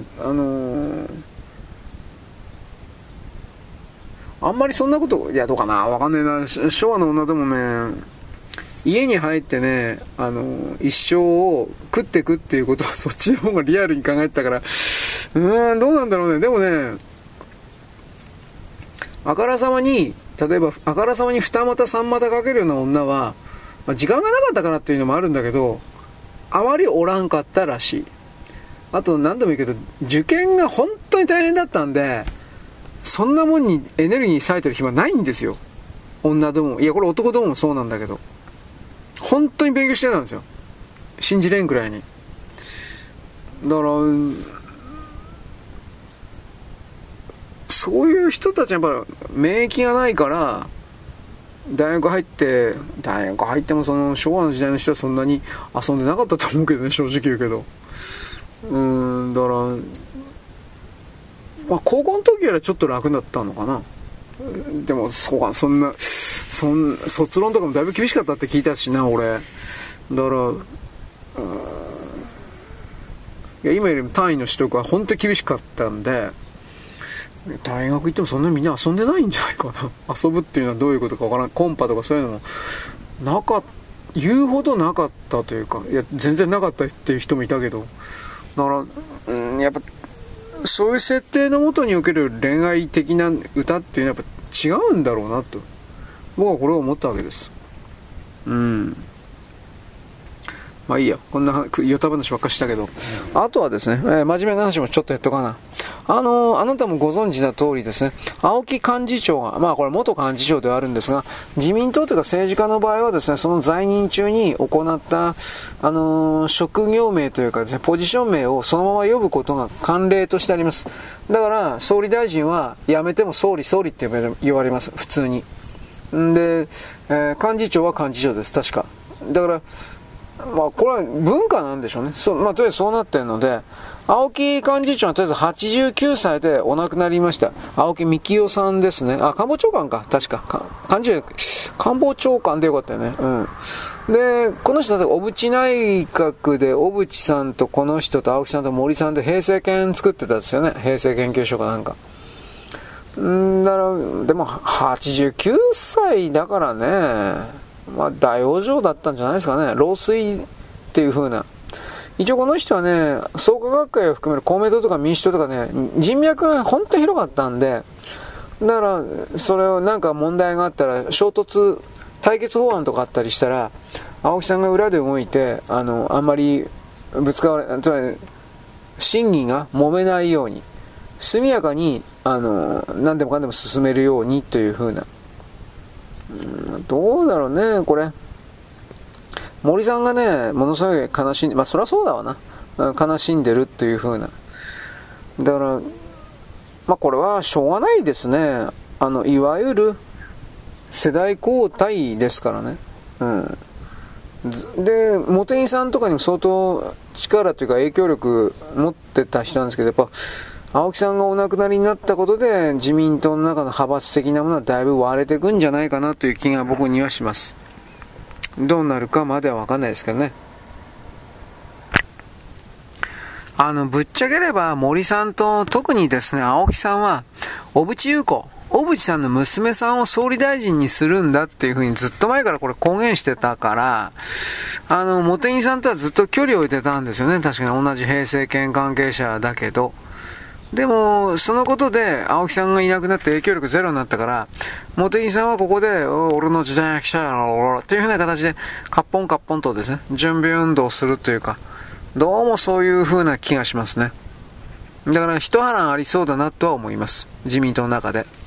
あんまりそんなこと、いやどうかな、わかんねえな。昭和の女でもね、家に入ってね、一生を食ってくっていうことはそっちの方がリアルに考えてたから、どうなんだろうね。でもね、あからさまに、例えばあからさまに二股三股かけるような女は、まあ、時間がなかったからっていうのもあるんだけど、あまりおらんかったらしい。あと何でもいいけど、受験が本当に大変だったんで、そんなもんにエネルギー割いてる暇ないんですよ。女ども、いやこれ男どももそうなんだけど、本当に勉強してたんですよ。信じれんくらいに。だからそういう人たちはやっぱり免疫がないから、大学入ってもその昭和の時代の人はそんなに遊んでなかったと思うけどね、正直言うけど。だから、まあ、高校の時よりはちょっと楽だったのかな。でもそんな卒論とかもだいぶ厳しかったって聞いたしな、俺。だからいや今よりも単位の取得は本当に厳しかったんで、大学行ってもそんなにみんな遊んでないんじゃないかな。遊ぶっていうのはどういうことかわからん。コンパとかそういうのも言うほどなかったというか、いや全然なかったっていう人もいたけど、だからやっぱそういう設定のもとにおける恋愛的な歌っていうのはやっぱ違うんだろうなと僕はこれを思ったわけです。まあいいや、こんなヨタ話ばっかしたけど、あとはですね、真面目な話もちょっとやっとかな。あなたもご存知の通りですね、青木幹事長が、まあこれ元幹事長ではあるんですが、自民党というか政治家の場合はですね、その在任中に行った、職業名というかですね、ポジション名をそのまま呼ぶことが慣例としてあります。だから、総理大臣は辞めても総理って言われます、普通に。で、幹事長は幹事長です、確か。だから、まあこれは文化なんでしょうね。まあとりあえずそうなってるので、青木幹事長はとりあえず89歳でお亡くなりました。青木幹雄さんですね。官房長官か、確か。官房長官でよかったよね。で、この人だって小渕内閣で小渕さんとこの人と青木さんと森さんで平成研作ってたんですよね。平成研究所かなんか。だから、でも89歳だからね、まあ大往生だったんじゃないですかね。老衰っていう風な。一応この人はね、創価学会を含める公明党とか民主党とかね、人脈が本当に広かったんで、だからそれをなんか問題があったら対決法案とかあったりしたら、青木さんが裏で動いて、あんまりつまり審議が揉めないように速やかに何でもかんでも進めるようにという風な。どうだろうね、これ。森さんがね、ものすごい悲しんで、まあそりゃそうだわな。悲しんでるっていう風な。だから、まあこれはしょうがないですね。いわゆる世代交代ですからね。で、茂木さんとかにも相当力というか影響力持ってた人なんですけど、やっぱ、青木さんがお亡くなりになったことで自民党の中の派閥的なものはだいぶ割れていくんじゃないかなという気が僕にはします。どうなるかまでは分かんないですけどね。ぶっちゃければ森さんと特にですね青木さんは小渕優子小渕さんの娘さんを総理大臣にするんだっていうふうにずっと前からこれ公言してたから、茂木さんとはずっと距離を置いてたんですよね。確かに同じ平成権関係者だけど。でも、そのことで青木さんがいなくなって影響力ゼロになったから、茂木さんはここで、俺の時代が来たやろ、っていうふうな形で、カッポンとですね、準備運動をするというか、どうもそういうふうな気がしますね。だから一波乱ありそうだなとは思います。自民党の中で。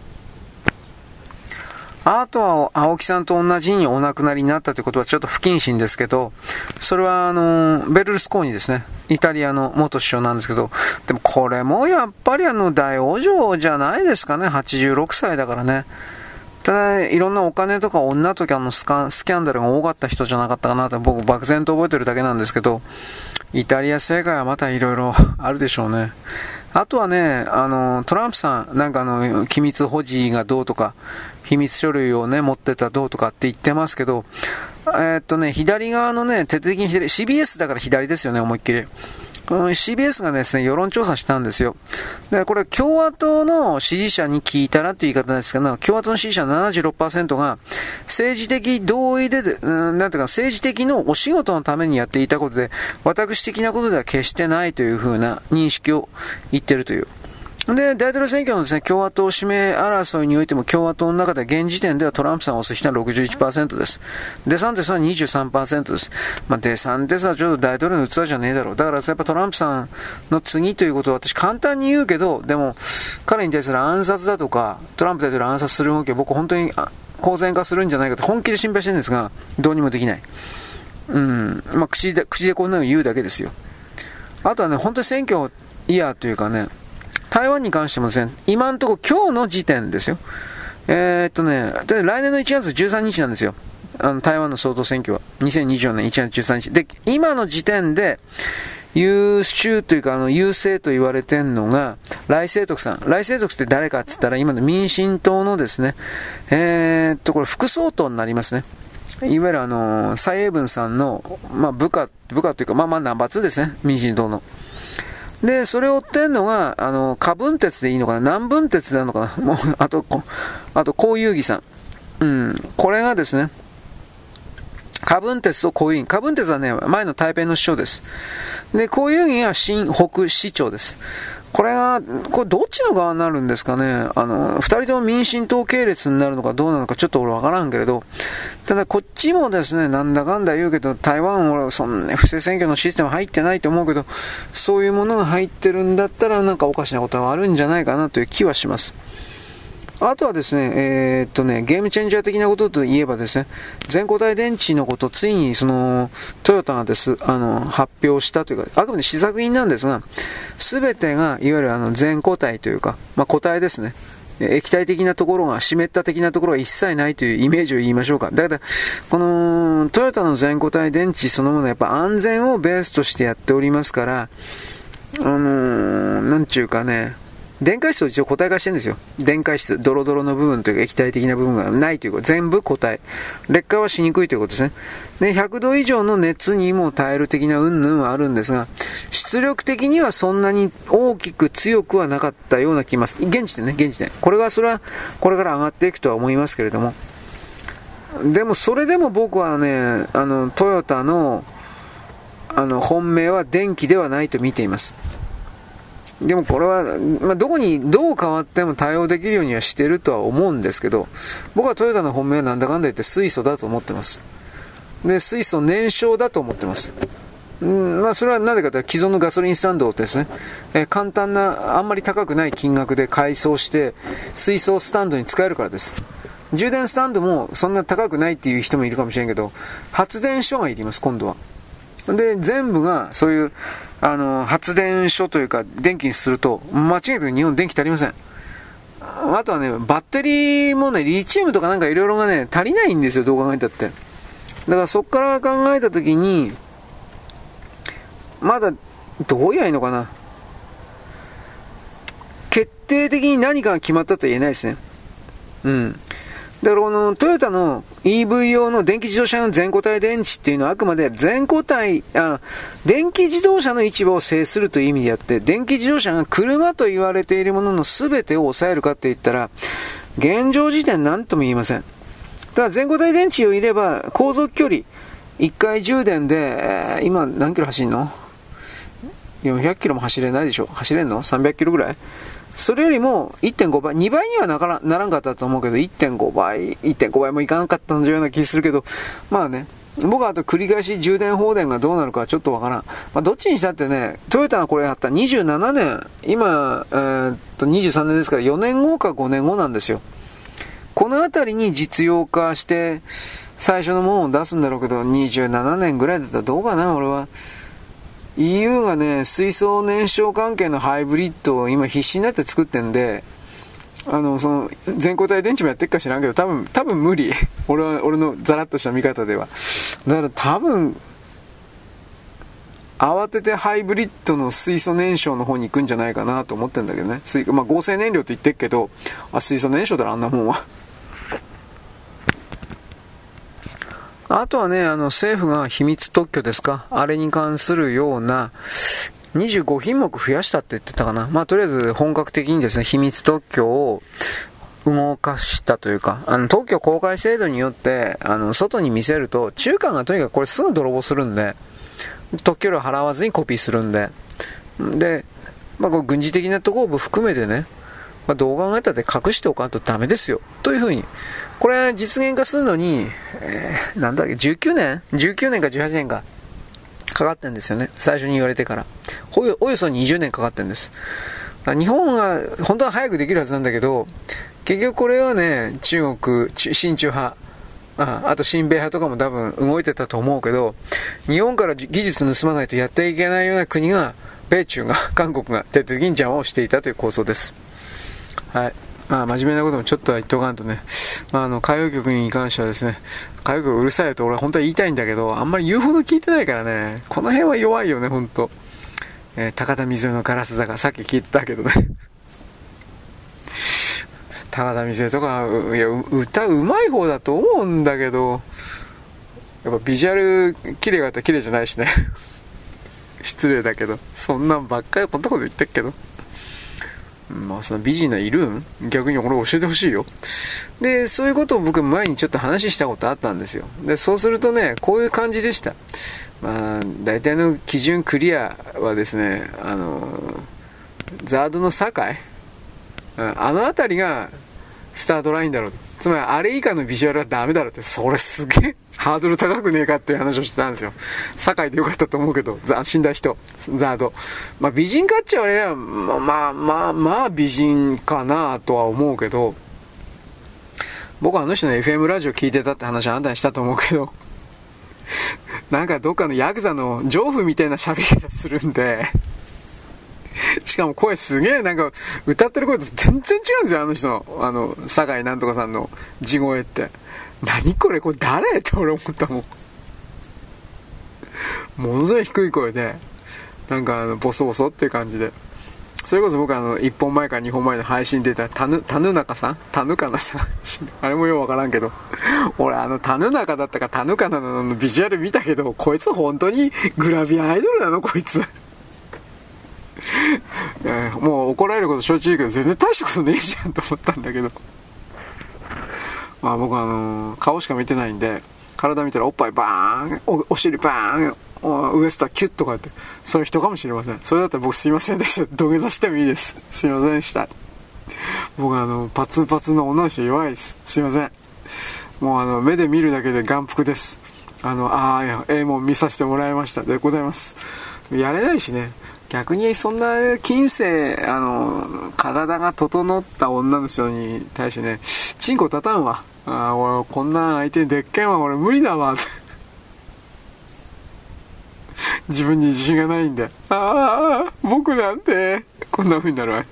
あとは青木さんと同じ日にお亡くなりになったということはちょっと不謹慎ですけど、それはベルルスコーニですね。イタリアの元首相なんですけど、でもこれもやっぱり大往生じゃないですかね。86歳だからね。ただいろんなお金とか女とかのスキャンダルが多かった人じゃなかったかなと僕漠然と覚えてるだけなんですけど、イタリア政界はまたいろいろあるでしょうね。あとはね、トランプさん、なんか機密保持がどうとか、秘密書類をね、持ってたどうとかって言ってますけど、左側のね、徹底的に左、CBS だから左ですよね、思いっきり。CBS がですね、世論調査したんですよ。で、これ共和党の支持者に聞いたらという言い方ですけど、共和党の支持者の 76% が政治的同意で、なんていうか政治的のお仕事のためにやっていたことで、私的なことでは決してないというふうな認識を言ってるという。で、大統領選挙のですね、共和党指名争いにおいても共和党の中で現時点ではトランプさんを押す人は 61% です。デサンティスは 23% です。デサンティスはちょっと大統領の器じゃねえだろう。だからやっぱトランプさんの次ということを私簡単に言うけど、でも彼に対する暗殺だとか、トランプ大統領を暗殺する動きは僕本当に公然化するんじゃないかと本気で心配してるんですが、どうにもできない。口でこんなの言うだけですよ。あとはね、本当に選挙イヤーというかね、台湾に関してもですね、今のところ今日の時点ですよ。来年の1月13日なんですよ。台湾の総統選挙は。2024年1月13日。で、今の時点で、優秀というか、優勢と言われてんのが、頼清徳さん。頼清徳って誰かって言ったら、今の民進党のですね、これ副総統になりますね。いわゆる蔡英文さんの、部下というか、ナンバー2ですね。民進党の。で、それを追ってんのが、華文鉄でいいのかな、南文鉄なのかな、もう、あと、江遊義さん。これがですね、華文鉄と江遊義。華文鉄はね、前の台北の市長です。で、江遊義は新北市長です。これどっちの側になるんですかね。二人とも民進党系列になるのかどうなのかちょっと俺わからんけれど、ただこっちもですね、なんだかんだ言うけど、台湾俺そんな不正選挙のシステム入ってないと思うけど、そういうものが入ってるんだったらなんかおかしなことはあるんじゃないかなという気はします。あとはですね、ゲームチェンジャー的なことといえばですね、全固体電池のこと、ついにトヨタがです、発表したというか、あくまで試作品なんですが、すべてが、いわゆる全固体というか、固体ですね。液体的なところが、湿った的なところが一切ないというイメージを言いましょうか。だから、この、トヨタの全固体電池そのものはやっぱ安全をベースとしてやっておりますから、なんちゅうかね、電解質を一応固体化してるんですよ。電解質、ドロドロの部分というか液体的な部分がないということ、全部固体。劣化はしにくいということですね。で、100度以上の熱にも耐える的な云々はあるんですが、出力的にはそんなに大きく強くはなかったような気がします。現時点ね、現時点。それはこれから上がっていくとは思いますけれども。でもそれでも僕はね、トヨタの、本命は電気ではないと見ています。でもこれは、どこにどう変わっても対応できるようにはしてるとは思うんですけど、僕はトヨタの本命はなんだかんだ言って水素だと思ってます。で、水素燃焼だと思ってます。それはなぜかというと既存のガソリンスタンドをですね、簡単な、あんまり高くない金額で改装して水素スタンドに使えるからです。充電スタンドもそんな高くないっていう人もいるかもしれんけど、発電所がいります、今度は。で、全部がそういう発電所というか電気にすると間違いなく日本電気足りません。あとはね、バッテリーもね、リチウムとかなんかいろいろがね足りないんですよ、どう考えたって。だからそこから考えたときに、まだどうやいいのかな、決定的に何かが決まったとは言えないですね。 だからこのトヨタの EV 用の電気自動車の全固体電池っていうのはあくまで電気自動車の市場を制するという意味であって、電気自動車が車と言われているものの全てを抑えるかって言ったら、現状時点何とも言いません。ただ全固体電池を入れば、航続距離、1回充電で、今何キロ走るの ?400 キロも走れないでしょ。走れんの ?300 キロぐらい。それよりも 1.5 倍、2倍にはならんかったと思うけど、1.5 倍もいかなかったんじゃような気するけど、まあね、僕はあと繰り返し充電放電がどうなるかはちょっとわからん。まあ、どっちにしたってね、トヨタがこれやった27年、今、23年ですから4年後か5年後なんですよ。このあたりに実用化して、最初のものを出すんだろうけど、27年ぐらいだったらどうかな、俺は。EU がね、水素燃焼関係のハイブリッドを今必死になって作ってんで、その、全固体電池もやってるか知らんけど、多分無理。俺のザラッとした見方では。だから多分、慌ててハイブリッドの水素燃焼の方に行くんじゃないかなと思ってんだけどね。まあ合成燃料と言ってるけど、水素燃焼だろ、あんなもんは。あとはね、政府が秘密特許ですか、あれに関するような25品目増やしたって言ってたかな。まあとりあえず本格的にですね、秘密特許を動かしたというか、特許公開制度によって、外に見せると、中間がとにかくこれすぐ泥棒するんで、特許料払わずにコピーするんで、で、まあこう軍事的なところも含めてね、まあ、どう考えたって隠しておかんとダメですよ。というふうに。これ実現化するのに、なんだっけ、19年か18年かかかってんですよね。最初に言われてから。およそ20年かかってんです。日本は本当は早くできるはずなんだけど、結局これはね、中国、親中派、あと親米派とかも多分動いてたと思うけど、日本から技術盗まないとやっていけないような国が、米中が、韓国が徹底的に邪魔をしていたという構造です。はい。まあ、真面目なこともちょっとは言っておかんとね。まあ、歌謡曲に関してはですね、歌謡曲うるさいと俺は本当は言いたいんだけど、あんまり言うほど聞いてないからね、この辺は弱いよね、本当。高田水江のガラス坂、さっき聞いてたけどね。高田水江とか、いや、歌うまい方だと思うんだけど、やっぱビジュアル綺麗があったら綺麗じゃないしね。失礼だけど、そんなんばっかりこんなこと言ってっけど。まあその美人はいるん？逆に俺教えてほしいよ。で、そういうことを僕前にちょっと話したことあったんですよ。で、そうするとね、こういう感じでした。まあ、大体の基準クリアはですね、ザードの堺、あのあたりがスタートラインだろうと。つまりあれ以下のビジュアルはダメだろうって、それすげえハードル高くねえかっていう話をしてたんですよ。堺でよかったと思うけど、死んだ人、ザード。まあ美人かっちゃ俺ら、まあ美人かなとは思うけど、僕はあの人の FM ラジオ聞いてたって話はあんたにしたと思うけど、なんかどっかのヤクザの情婦みたいな喋り方するんで、しかも声すげえなんか歌ってる声と全然違うんですよ、あの人の酒井なんとかさんの地声って。何これ誰って俺思ったもん。ものすごい低い声で、なんかボソボソっていう感じで。それこそ僕1本前から2本前の配信で出たタヌナさんあれもようわからんけど、俺タヌナカだったかタヌカナのビジュアル見たけど、こいつ本当にグラビアアイドルなのこいつ。もう怒られること承知だけど全然大したことねえじゃんと思ったんだけど、まあ僕は顔しか見てないんで、体見たらおっぱいバーン、お尻バーン、ウエストはキュッとかって、そういう人かもしれません。それだったら僕すいませんでした、土下座してもいいです、すいませんでした。僕パツパツの女の人弱いです、すいません。もう目で見るだけで眼福です。いやもん見させてもらいましたでございます。やれないしね、逆にそんな近世体が整った女の人に対してね、チンコ立たんわ。俺こんな相手にでっけんわ、俺無理だわ自分に自信がないんで、僕なんてこんな風になるわ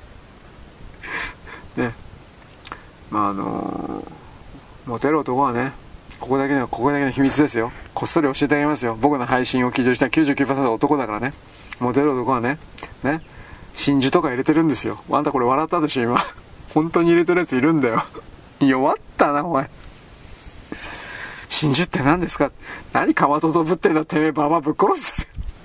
ね。まあモテる男はね、ここだけの秘密ですよ。こっそり教えてあげますよ。僕の配信を聞いてる人は 99% 男だからね。モテる男はね、真珠とか入れてるんですよ。あんたこれ笑ったでしょ今。本当に入れてるやついるんだよ。 弱ったなお前。真珠って何ですか。何かまととぶってんだてめえ、ババぶっ殺す。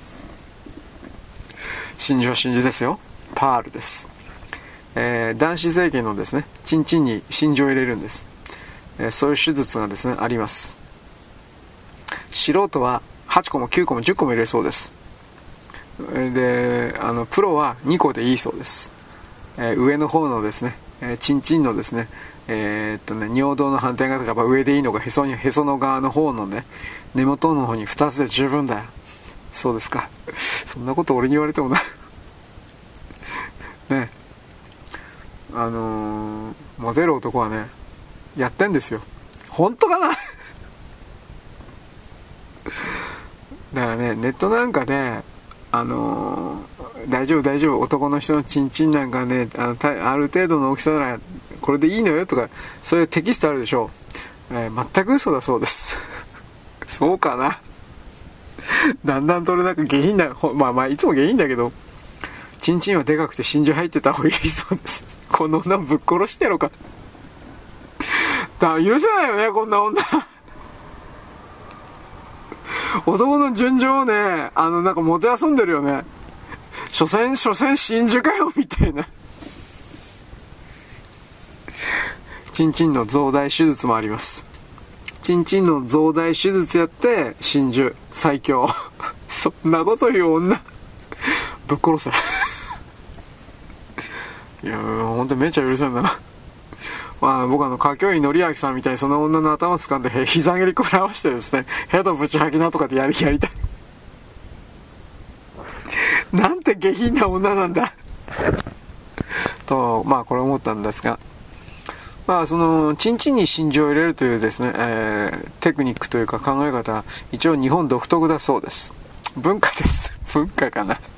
真珠は真珠ですよ。パールです。男子性器のですね、チンチンに真珠を入れるんです。そういう手術がですねあります。素人は8個も9個も10個も入れるそうです。でプロは2個でいいそうです。上の方のですね、チンチンのですね、尿道の反対側が上でいいのか、へその側の方のね、根元の方に2つで十分だよ。そうですか。そんなこと俺に言われてもなね。モテる男はねやってんですよ。本当かなだからね、ネットなんかで大丈夫男の人のチンチンなんかね、ある程度の大きさならこれでいいのよとか、そういうテキストあるでしょう。全く嘘だそうですそうかなだんだんと俺なんか下品な、まあいつも下品だけど、チンチンはでかくて真珠入ってた方がいいそうです。この女ぶっ殺してやろうか。許せないよね、こんな女男の純情をね、なんかもてあそんでるよね。所詮真珠かよみたいな。チンチンの増大手術もあります。チンチンの増大手術やって真珠最強そんなこと言う女ぶっ殺せいや本当にめちゃ許せんな。まあ僕歌教員紀明さんみたいにその女の頭掴んで膝蹴り食らわしてですね、ヘドぶち吐きなとかでやりたいなんて下品な女なんだと、まあこれ思ったんですが、まあそのチンチンに真珠を入れるというですね、テクニックというか考え方は一応日本独特だそうです。文化です。文化かな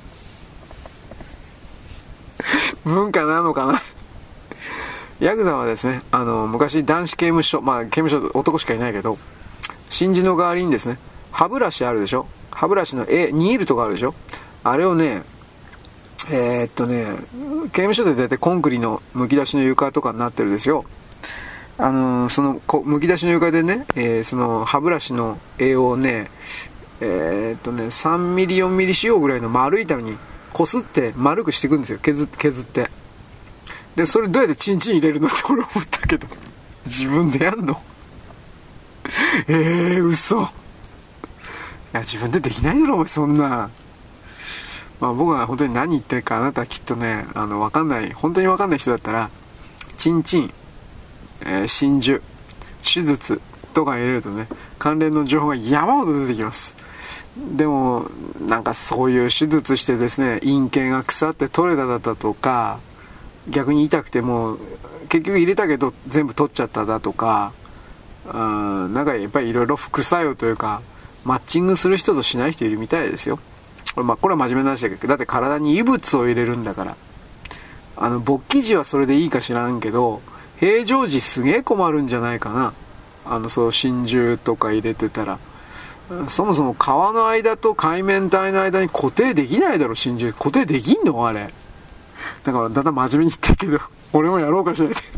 文化なのかな。ヤクザはですね、昔男子刑務所、まあ刑務所男しかいないけど、真珠の代わりにですね、歯ブラシあるでしょ。歯ブラシのニールとかあるでしょ。あれをね、刑務所で大体コンクリのむき出しの床とかになってるですよ。そのむき出しの床でね、その歯ブラシの柄をね、3ミリ4ミリ四方ぐらいの丸いためにこすって丸くしていくんですよ。削ってでそれどうやってチンチン入れるのって俺思ったけど、自分でやんの嘘。いや自分でできないだろお前そんな。まあ僕は本当に何言ってるかあなたはきっとね、分かんない、本当に分かんない人だったらチンチン、真珠、手術とか入れるとね、関連の情報が山ほど出てきます。でもなんかそういう手術してですね、陰茎が腐って取れただとか、逆に痛くても結局入れたけど全部取っちゃっただとか、なんかやっぱりいろいろ副作用というか、マッチングする人としない人いるみたいですよ。これは真面目な話だけど、だって体に異物を入れるんだから。勃起時はそれでいいか知らんけど、平常時すげえ困るんじゃないかな。そう真珠とか入れてたら、そもそも皮の間と海綿体の間に固定できないだろ。真珠固定できんのあれ。だからだんだん真面目に言ってるけど、俺もやろうかしらって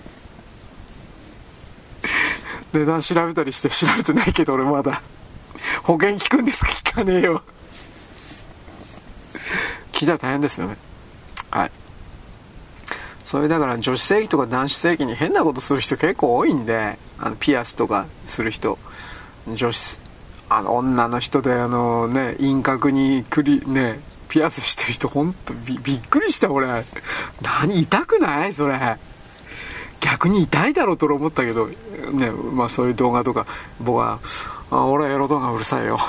値段調べたりして、調べてないけど俺まだ保険聞くんですか。聞かねえよ。聞いたら大変ですよね。はい。それだから女子性器とか男子性器に変なことする人結構多いんで、ピアスとかする人、女子女の人で輪郭にねピアスしてる人、ほんとびっくりした俺。何痛くないそれ。逆に痛いだろうと思ったけどね。まあそういう動画とか僕は俺はエロ動画うるさいよ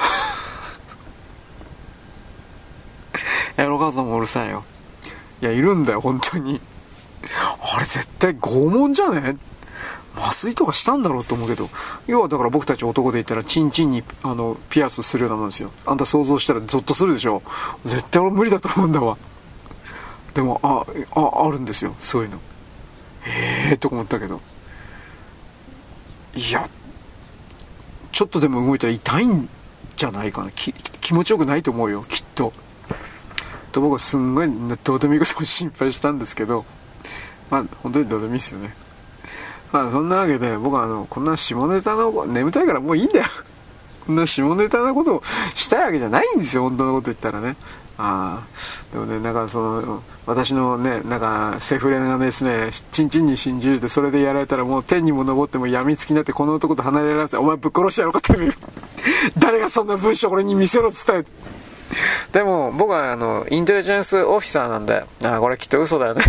エロ画像もうるさいよ。いやいるんだよ本当に。あれ絶対拷問じゃねえ、麻酔とかしたんだろうと思うけど、要はだから僕たち男で言ったらチンチンにピアスするようなもんですよ。あんた想像したらゾッとするでしょ。絶対俺無理だと思うんだわ。でもあるんですよそういうの。と思ったけど、いやちょっとでも動いたら痛いんじゃないかな。気持ちよくないと思うよきっと。と僕はすんごいどうでもいいことを心配したんですけど、まあ本当にどうでもいいですよね。 まあそんなわけで僕はこんな下ネタの眠たいからもういいんだよこんな下ネタなことをしたいわけじゃないんですよ、本当のこと言ったらね。でもね、なんか私のね、なんかセフレがですね、チンチンに信じるで、それでやられたらもう天にも昇っても病みつきになってこの男と離れられて、お前ぶっ殺してやろうかって誰がそんな文章俺に見せろっつったよ。でも僕はインテリジェンスオフィサーなんで、これきっと嘘だよね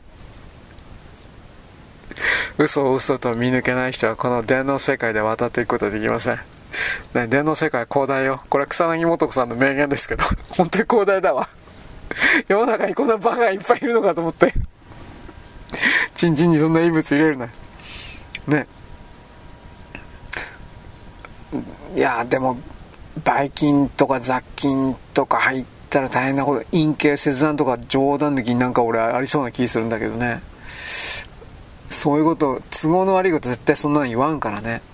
嘘を嘘と見抜けない人はこの電脳世界で渡っていくことはできませんね。電脳世界は広大よ。これは草薙素子さんの名言ですけど本当に広大だわ世の中にこんなバカがいっぱいいるのかと思ってチンチンにそんな異物入れるなね。いやでもばい菌とか雑菌とか入ったら大変なこと、陰茎切断とか冗談的になんか俺ありそうな気するんだけどね。そういうこと都合の悪いこと絶対そんなの言わんからね。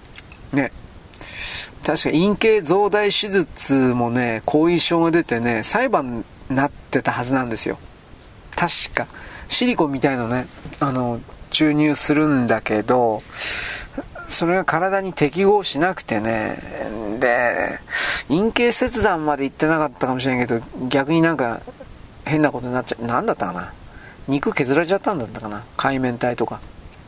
確か陰茎増大手術もね後遺症が出てね裁判になってたはずなんですよ。確かシリコンみたいなのね注入するんだけど、それが体に適合しなくてね、で陰茎切断まで行ってなかったかもしれんけど、逆になんか変なことになっちゃう。なんだったかな、肉削られちゃったんだったかな、海綿体とか。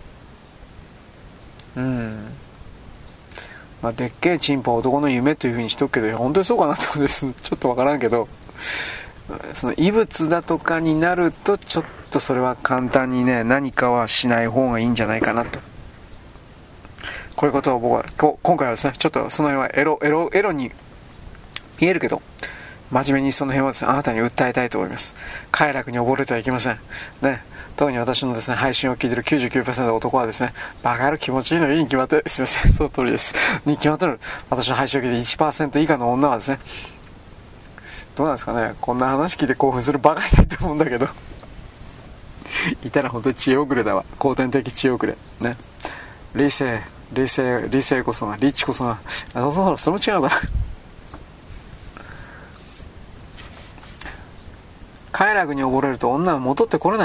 まあ、でっけえチンポは男の夢というふうにしとくけど、本当にそうかなと思うんです。ちょっとわからんけど、その異物だとかになるとちょっとそれは簡単にね何かはしない方がいいんじゃないかなと。こういうことを僕は今回はですね、ちょっとその辺はエロに見えるけど真面目にその辺はですねあなたに訴えたいと思います。快楽に溺れてはいけませんね。特に私のですね配信を聞いている 99% の男はですね、バカ野郎気持ちいいのいいに決まって、すいませんその通りですに決まってる。私の配信を聞いて 1% 以下の女はですね、どうなんですかね、こんな話聞いて興奮するバカいないと思うんだけどいたら本当に知恵遅れだわ、後天的知恵遅れね。理性こそがリッチこそがそれも違うかな快楽に溺れると女は戻ってこれない。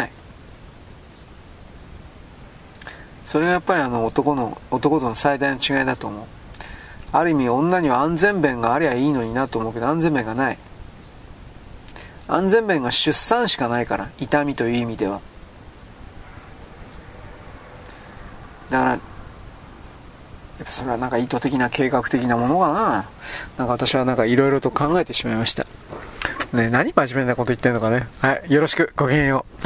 それがやっぱり男との最大の違いだと思う。ある意味女には安全弁がありゃいいのになと思うけど、安全弁がない。安全弁が出産しかないから、痛みという意味では。だからやっぱそれはなんか意図的な計画的なものかな。なんか私はなんかいろいろと考えてしまいましたね。何真面目なこと言ってんのかね。はい、よろしく、ごきげんよう。